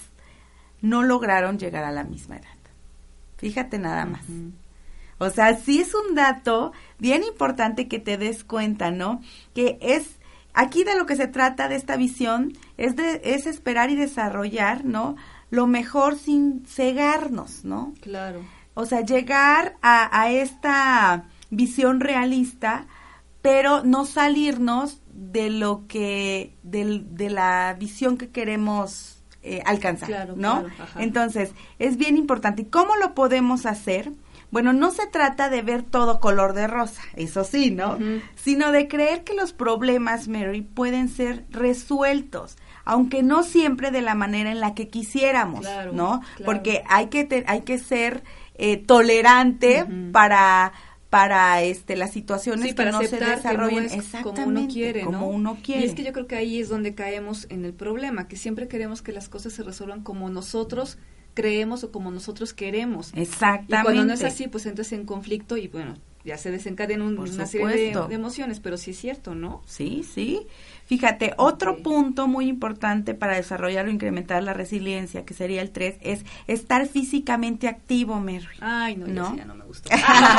[SPEAKER 3] no lograron llegar a la misma edad. Fíjate nada más. Uh-huh. O sea, sí es un dato bien importante que te des cuenta, ¿no? Que es... Aquí de lo que se trata de esta visión es de es esperar y desarrollar, ¿no? Lo mejor sin cegarnos, ¿no?
[SPEAKER 4] Claro.
[SPEAKER 3] O sea, llegar a, a esta visión realista, pero no salirnos de lo que de, de la visión que queremos eh, alcanzar,
[SPEAKER 4] claro,
[SPEAKER 3] ¿no?
[SPEAKER 4] Claro, ajá.
[SPEAKER 3] Entonces, es bien importante. ¿Y cómo lo podemos hacer? Bueno, no se trata de ver todo color de rosa, eso sí, ¿no? Uh-huh. Sino de creer que los problemas, Mary, pueden ser resueltos, aunque no siempre de la manera en la que quisiéramos,
[SPEAKER 4] claro,
[SPEAKER 3] ¿no?
[SPEAKER 4] Claro.
[SPEAKER 3] Porque hay que te, hay que ser eh, tolerante uh-huh. para para este las situaciones
[SPEAKER 4] sí, para
[SPEAKER 3] que no se desarrollen
[SPEAKER 4] no
[SPEAKER 3] exactamente
[SPEAKER 4] como uno quiere,
[SPEAKER 3] como
[SPEAKER 4] ¿no?
[SPEAKER 3] uno quiere.
[SPEAKER 4] Y es que yo creo que ahí es donde caemos en el problema, que siempre queremos que las cosas se resuelvan como nosotros creemos o como nosotros queremos.
[SPEAKER 3] Exactamente.
[SPEAKER 4] Y cuando no es así, pues entras en conflicto y bueno, ya se desencadena un, una serie de, de emociones, pero sí es cierto, ¿no?
[SPEAKER 3] Sí, sí. Fíjate, otro okay. punto muy importante para desarrollar o incrementar la resiliencia, que sería el tres, es estar físicamente activo, Mary.
[SPEAKER 4] Ay, no,
[SPEAKER 3] ¿no?
[SPEAKER 4] Ya, ya no me gusta.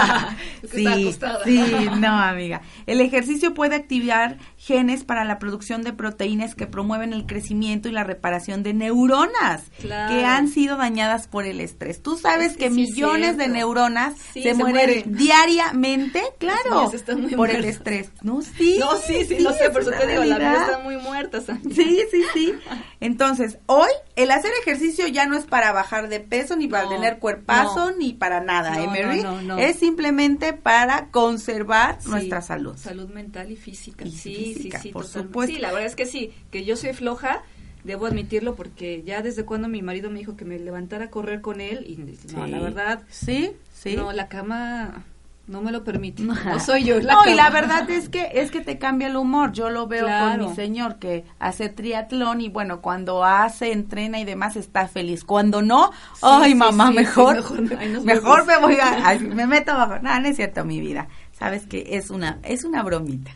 [SPEAKER 3] sí, sí, no, amiga. El ejercicio puede activar genes para la producción de proteínas que promueven el crecimiento y la reparación de neuronas
[SPEAKER 4] claro.
[SPEAKER 3] que han sido dañadas por el estrés. Tú sabes es que, que sí millones de neuronas
[SPEAKER 4] sí,
[SPEAKER 3] se,
[SPEAKER 4] se
[SPEAKER 3] mueren,
[SPEAKER 4] mueren
[SPEAKER 3] diariamente, claro, por
[SPEAKER 4] muertas.
[SPEAKER 3] el estrés. No, sí.
[SPEAKER 4] No, sí, sí, sí no sé, por eso te digo, la vida está muy muerta, Sandy.
[SPEAKER 3] Sí, sí, sí. Entonces, hoy el hacer ejercicio ya no es para bajar de peso, ni para
[SPEAKER 4] no,
[SPEAKER 3] tener cuerpazo,
[SPEAKER 4] no.
[SPEAKER 3] ni para nada,
[SPEAKER 4] no,
[SPEAKER 3] ¿eh, Mary?
[SPEAKER 4] No, no, no.
[SPEAKER 3] Es simplemente para conservar
[SPEAKER 4] sí,
[SPEAKER 3] nuestra salud.
[SPEAKER 4] Salud mental y física.
[SPEAKER 3] Y
[SPEAKER 4] sí,
[SPEAKER 3] física,
[SPEAKER 4] sí, sí,
[SPEAKER 3] por
[SPEAKER 4] totalmente.
[SPEAKER 3] supuesto.
[SPEAKER 4] Sí, la verdad es que sí, que yo soy floja, debo admitirlo, porque ya desde cuando mi marido me dijo que me levantara a correr con él, y no,
[SPEAKER 3] sí.
[SPEAKER 4] la verdad,
[SPEAKER 3] sí, sí.
[SPEAKER 4] no, la cama no me lo permite, no, no soy yo la
[SPEAKER 3] No,
[SPEAKER 4] cama.
[SPEAKER 3] y la verdad es que es que te cambia el humor. Yo lo veo
[SPEAKER 4] Claro.
[SPEAKER 3] con mi señor que hace triatlón y bueno, cuando hace, entrena y demás está feliz. Cuando no,
[SPEAKER 4] Sí,
[SPEAKER 3] ay
[SPEAKER 4] sí,
[SPEAKER 3] mamá,
[SPEAKER 4] sí,
[SPEAKER 3] mejor,
[SPEAKER 4] sí, mejor, ay, nos
[SPEAKER 3] mejor
[SPEAKER 4] vemos.
[SPEAKER 3] me voy a, ay, me meto abajo. No, no es cierto, mi vida. Sabes que es una, es una bromita.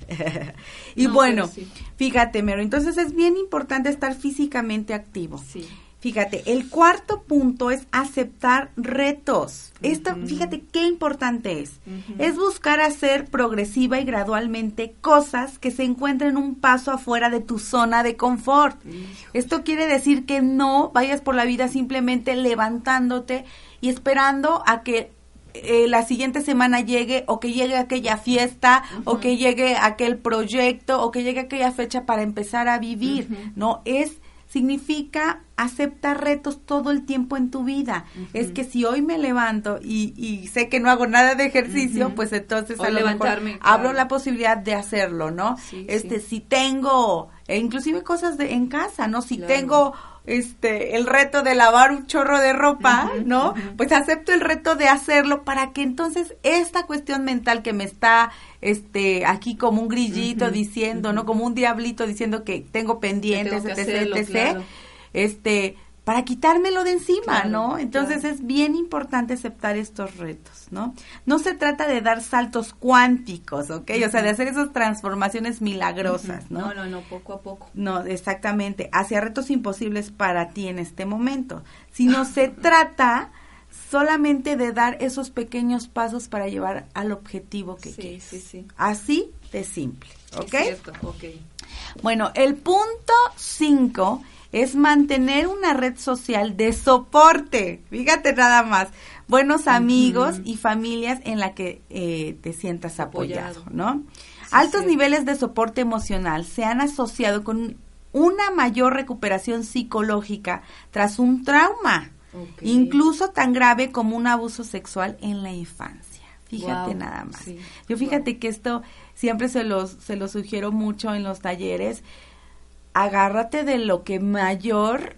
[SPEAKER 3] Y
[SPEAKER 4] No,
[SPEAKER 3] bueno,
[SPEAKER 4] pero sí.
[SPEAKER 3] fíjate, Mero, entonces es bien importante estar físicamente activo.
[SPEAKER 4] Sí.
[SPEAKER 3] Fíjate, el cuarto punto es aceptar retos. Esto,
[SPEAKER 4] Uh-huh.
[SPEAKER 3] fíjate qué importante es.
[SPEAKER 4] Uh-huh.
[SPEAKER 3] Es buscar hacer progresiva y gradualmente cosas que se encuentren un paso afuera de tu zona de confort.
[SPEAKER 4] Uh-huh.
[SPEAKER 3] Esto quiere decir que no vayas por la vida simplemente levantándote y esperando a que eh, la siguiente semana llegue, o que llegue aquella fiesta, uh-huh. o que llegue aquel proyecto, o que llegue aquella fecha para empezar a vivir. Uh-huh. No, es significa aceptar retos todo el tiempo en tu vida. Uh-huh. Es que si hoy me levanto y, y sé que no hago nada de ejercicio, uh-huh. pues entonces
[SPEAKER 4] o
[SPEAKER 3] a lo
[SPEAKER 4] levantarme,
[SPEAKER 3] mejor
[SPEAKER 4] claro.
[SPEAKER 3] abro la posibilidad de hacerlo, ¿no?
[SPEAKER 4] Sí,
[SPEAKER 3] este,
[SPEAKER 4] sí.
[SPEAKER 3] si tengo, e inclusive cosas de en casa, ¿no? Si
[SPEAKER 4] claro.
[SPEAKER 3] tengo este el reto de lavar un chorro de ropa,
[SPEAKER 4] uh-huh,
[SPEAKER 3] ¿no?
[SPEAKER 4] Uh-huh.
[SPEAKER 3] Pues acepto el reto de hacerlo para que entonces esta cuestión mental que me está este aquí como un grillito uh-huh, diciendo, uh-huh. ¿no? Como un diablito diciendo que tengo pendientes,
[SPEAKER 4] que tengo que
[SPEAKER 3] etcétera,
[SPEAKER 4] hacerlo,
[SPEAKER 3] etcétera,
[SPEAKER 4] claro.
[SPEAKER 3] este para quitármelo de encima,
[SPEAKER 4] claro,
[SPEAKER 3] ¿no? Entonces
[SPEAKER 4] claro.
[SPEAKER 3] es bien importante aceptar estos retos, ¿no? No se trata de dar saltos cuánticos, ¿ok? Uh-huh. O sea, de hacer esas transformaciones milagrosas,
[SPEAKER 4] uh-huh.
[SPEAKER 3] ¿no?
[SPEAKER 4] No, no, no, poco a poco.
[SPEAKER 3] No, exactamente, hacia retos imposibles para ti en este momento, sino se trata solamente de dar esos pequeños pasos para llevar al objetivo que
[SPEAKER 4] sí,
[SPEAKER 3] quieres.
[SPEAKER 4] Sí, sí.
[SPEAKER 3] Así de simple, ¿ok?
[SPEAKER 4] Es cierto, ok.
[SPEAKER 3] Bueno, el punto cinco es mantener una red social de soporte. Fíjate nada más. Buenos amigos uh-huh. y familias en la que eh, te sientas apoyado, apoyado ¿no? Sí, Altos sí. niveles de soporte emocional se han asociado con una mayor recuperación psicológica tras un trauma, okay. incluso tan grave como un abuso sexual en la infancia. Fíjate wow. nada más. Sí. Yo fíjate wow. que esto siempre se los, se los sugiero mucho en los talleres. Agárrate de lo que mayor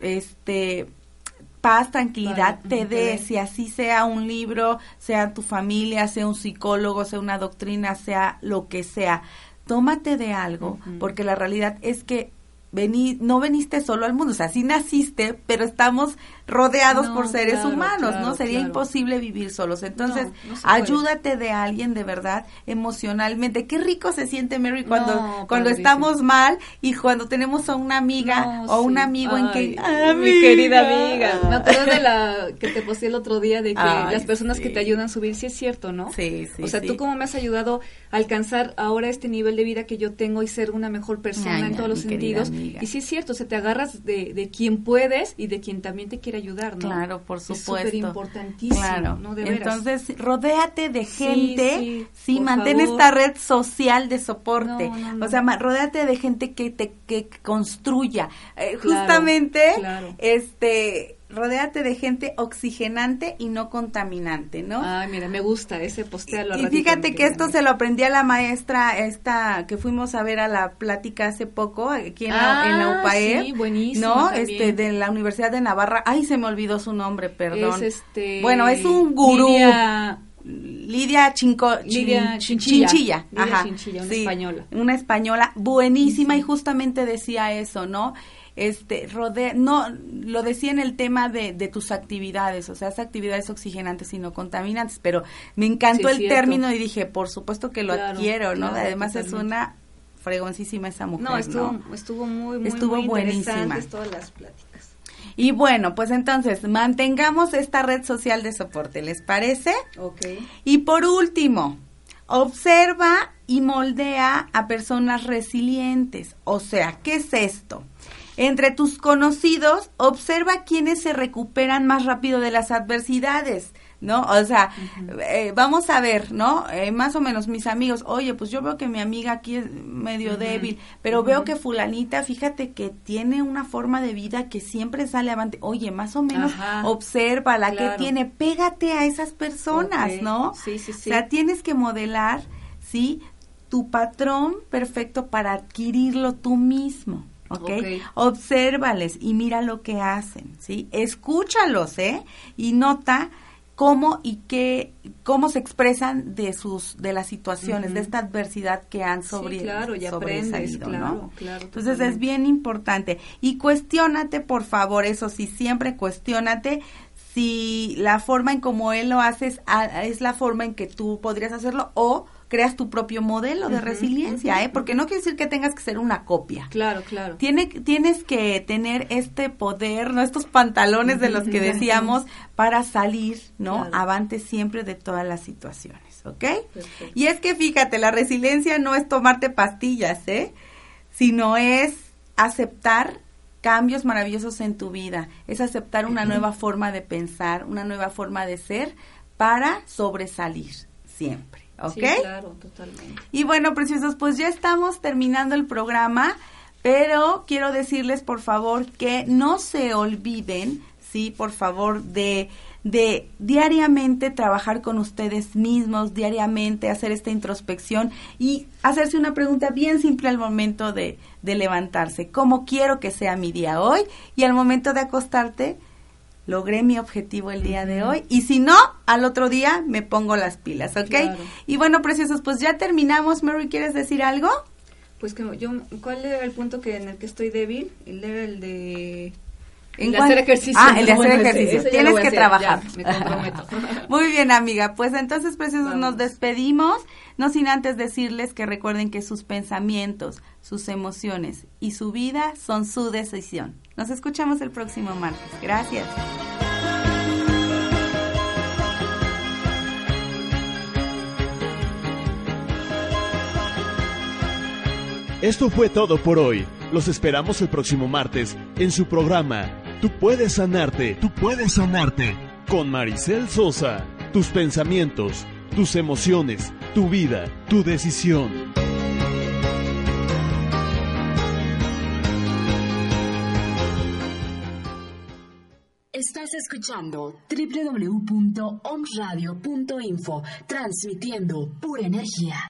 [SPEAKER 3] este paz, tranquilidad vale, te dé, si así sea un libro, sea tu familia, sea un psicólogo, sea una doctrina, sea lo que sea. Tómate de algo, uh-huh. porque la realidad es que vení, no veniste solo al mundo, o sea, sí naciste, pero estamos rodeados no, por seres claro, humanos, claro, ¿no? Sería claro. imposible vivir solos. Entonces, no, no ayúdate de alguien de verdad emocionalmente. Qué rico se siente, Mary, cuando
[SPEAKER 4] no,
[SPEAKER 3] cuando estamos mal y cuando tenemos a una amiga
[SPEAKER 4] no,
[SPEAKER 3] o un
[SPEAKER 4] sí.
[SPEAKER 3] amigo
[SPEAKER 4] Ay,
[SPEAKER 3] en que...
[SPEAKER 4] ¡Amiga! Mi querida amiga. Me acuerdo de la que te posté el otro día de que Ay, las personas
[SPEAKER 3] sí.
[SPEAKER 4] que te ayudan a subir, sí es cierto, ¿no?
[SPEAKER 3] Sí, sí,
[SPEAKER 4] O sea,
[SPEAKER 3] sí.
[SPEAKER 4] tú cómo me has ayudado a alcanzar ahora este nivel de vida que yo tengo y ser una mejor persona Ay, en todos los sentidos. Amiga. Y sí es cierto, o sea, te agarras de, de quien puedes y de quien también te quiere ayudar, ¿no?
[SPEAKER 3] Claro, por supuesto.
[SPEAKER 4] Es súper importantísimo,
[SPEAKER 3] claro.
[SPEAKER 4] ¿no? De veras.
[SPEAKER 3] Entonces, rodéate de gente, sí, sí,
[SPEAKER 4] sí
[SPEAKER 3] mantén
[SPEAKER 4] favor.
[SPEAKER 3] esta red social de soporte.
[SPEAKER 4] No, no, no.
[SPEAKER 3] O sea, ma, rodéate de gente que te que construya. Eh,
[SPEAKER 4] claro,
[SPEAKER 3] justamente,
[SPEAKER 4] claro.
[SPEAKER 3] este... rodéate de gente oxigenante y no contaminante, ¿no?
[SPEAKER 4] Ay, mira, me gusta ese posteo.
[SPEAKER 3] Y fíjate que esto se lo aprendí a la maestra esta que fuimos a ver a la plática hace poco aquí en,
[SPEAKER 4] ah,
[SPEAKER 3] la, en la U P A E,
[SPEAKER 4] sí, buenísimo,
[SPEAKER 3] ¿no?
[SPEAKER 4] también.
[SPEAKER 3] Este de la Universidad de Navarra. Ay, se me olvidó su nombre, perdón.
[SPEAKER 4] Es este
[SPEAKER 3] Bueno, es un gurú.
[SPEAKER 4] Lidia,
[SPEAKER 3] Lidia Chinco,
[SPEAKER 4] Lidia
[SPEAKER 3] Chin,
[SPEAKER 4] Chinchilla.
[SPEAKER 3] Chinchilla.
[SPEAKER 4] Lidia
[SPEAKER 3] Ajá.
[SPEAKER 4] Chinchilla, una
[SPEAKER 3] sí,
[SPEAKER 4] española.
[SPEAKER 3] Una española buenísima
[SPEAKER 4] sí.
[SPEAKER 3] y justamente decía eso, ¿no? Este, rodea, no, lo decía en el tema de, de tus actividades, o sea, esas actividades oxigenantes y no contaminantes, pero me encantó
[SPEAKER 4] sí,
[SPEAKER 3] el
[SPEAKER 4] cierto.
[SPEAKER 3] término y dije, por supuesto que lo
[SPEAKER 4] claro,
[SPEAKER 3] adquiero, ¿no?
[SPEAKER 4] claro,
[SPEAKER 3] Además
[SPEAKER 4] totalmente.
[SPEAKER 3] es una fregoncísima esa mujer,
[SPEAKER 4] no, estuvo,
[SPEAKER 3] ¿no?
[SPEAKER 4] estuvo muy, muy,
[SPEAKER 3] estuvo
[SPEAKER 4] muy
[SPEAKER 3] buenísima.
[SPEAKER 4] interesantes todas las pláticas.
[SPEAKER 3] Y bueno, pues entonces, mantengamos esta red social de soporte, ¿les parece?
[SPEAKER 4] Ok.
[SPEAKER 3] Y por último, observa y moldea a personas resilientes, o sea, ¿qué es esto? Entre tus conocidos, observa quiénes se recuperan más rápido de las adversidades. ¿no? O sea, uh-huh. eh, vamos a ver, ¿no? Eh, más o menos mis amigos, oye, pues yo veo que mi amiga aquí es medio uh-huh. débil, pero uh-huh. veo que fulanita, fíjate que tiene una forma de vida que siempre sale avante. Oye, más o menos Ajá. observa la claro. que tiene, pégate a esas personas, okay. ¿no?
[SPEAKER 4] Sí, sí, sí.
[SPEAKER 3] O sea, tienes que modelar, ¿sí? Tu patrón perfecto para adquirirlo tú mismo. ¿Okay? ¿ok? Obsérvales y mira lo que hacen, ¿sí? Escúchalos, ¿eh? Y nota cómo y qué, cómo se expresan de sus, de las situaciones, uh-huh. de esta adversidad que han sobre,
[SPEAKER 4] sí, claro, y aprendes, claro,
[SPEAKER 3] ¿no?
[SPEAKER 4] claro.
[SPEAKER 3] Entonces
[SPEAKER 4] totalmente.
[SPEAKER 3] Es bien importante. Y cuestiónate, por favor, eso sí, siempre cuestiónate si la forma en como él lo hace es, es la forma en que tú podrías hacerlo o creas tu propio modelo de uh-huh, resiliencia, uh-huh, ¿eh? Porque no quiere decir que tengas que ser una copia.
[SPEAKER 4] Claro, claro.
[SPEAKER 3] Tiene, tienes que tener este poder, ¿no? Estos pantalones de los que decíamos para salir, ¿no? Claro. Avante siempre de todas las situaciones, ¿ok? Perfecto. Y es que fíjate, la resiliencia no es tomarte pastillas, ¿eh? Sino es aceptar cambios maravillosos en tu vida, es aceptar una uh-huh. nueva forma de pensar, una nueva forma de ser para sobresalir siempre. ¿Ok?
[SPEAKER 4] Sí, claro, totalmente.
[SPEAKER 3] Y bueno, preciosos, pues ya estamos terminando el programa, pero quiero decirles, por favor, que no se olviden, sí, por favor, de, de diariamente trabajar con ustedes mismos, diariamente hacer esta introspección y hacerse una pregunta bien simple al momento de, de levantarse. ¿Cómo quiero que sea mi día hoy? Y al momento de acostarte, logré mi objetivo el día de hoy, y si no, al otro día me pongo las pilas, ¿ok? Claro. Y bueno, preciosos, pues ya terminamos. Mary, ¿quieres decir algo?
[SPEAKER 4] Pues que yo, ¿cuál era el punto que en el que estoy débil? El era el de...
[SPEAKER 3] ¿En
[SPEAKER 4] el hacer ejercicio.
[SPEAKER 3] Ah, el de hacer
[SPEAKER 4] bueno,
[SPEAKER 3] ejercicio.
[SPEAKER 4] Ese,
[SPEAKER 3] Tienes que
[SPEAKER 4] hacer,
[SPEAKER 3] trabajar.
[SPEAKER 4] Ya, me comprometo.
[SPEAKER 3] Muy bien, amiga. Pues entonces, preciosos,
[SPEAKER 4] Vamos.
[SPEAKER 3] Nos despedimos, no sin antes decirles que recuerden que sus pensamientos, sus emociones y su vida son su decisión. Nos escuchamos el próximo martes. Gracias.
[SPEAKER 2] Esto fue todo por hoy. Los esperamos el próximo martes en su programa Tú puedes sanarte, tú puedes sanarte con Maricel Sosa. Tus pensamientos, tus emociones, tu vida, tu decisión.
[SPEAKER 8] Estás escuchando doble u doble u doble u punto om radio punto info, transmitiendo pura energía.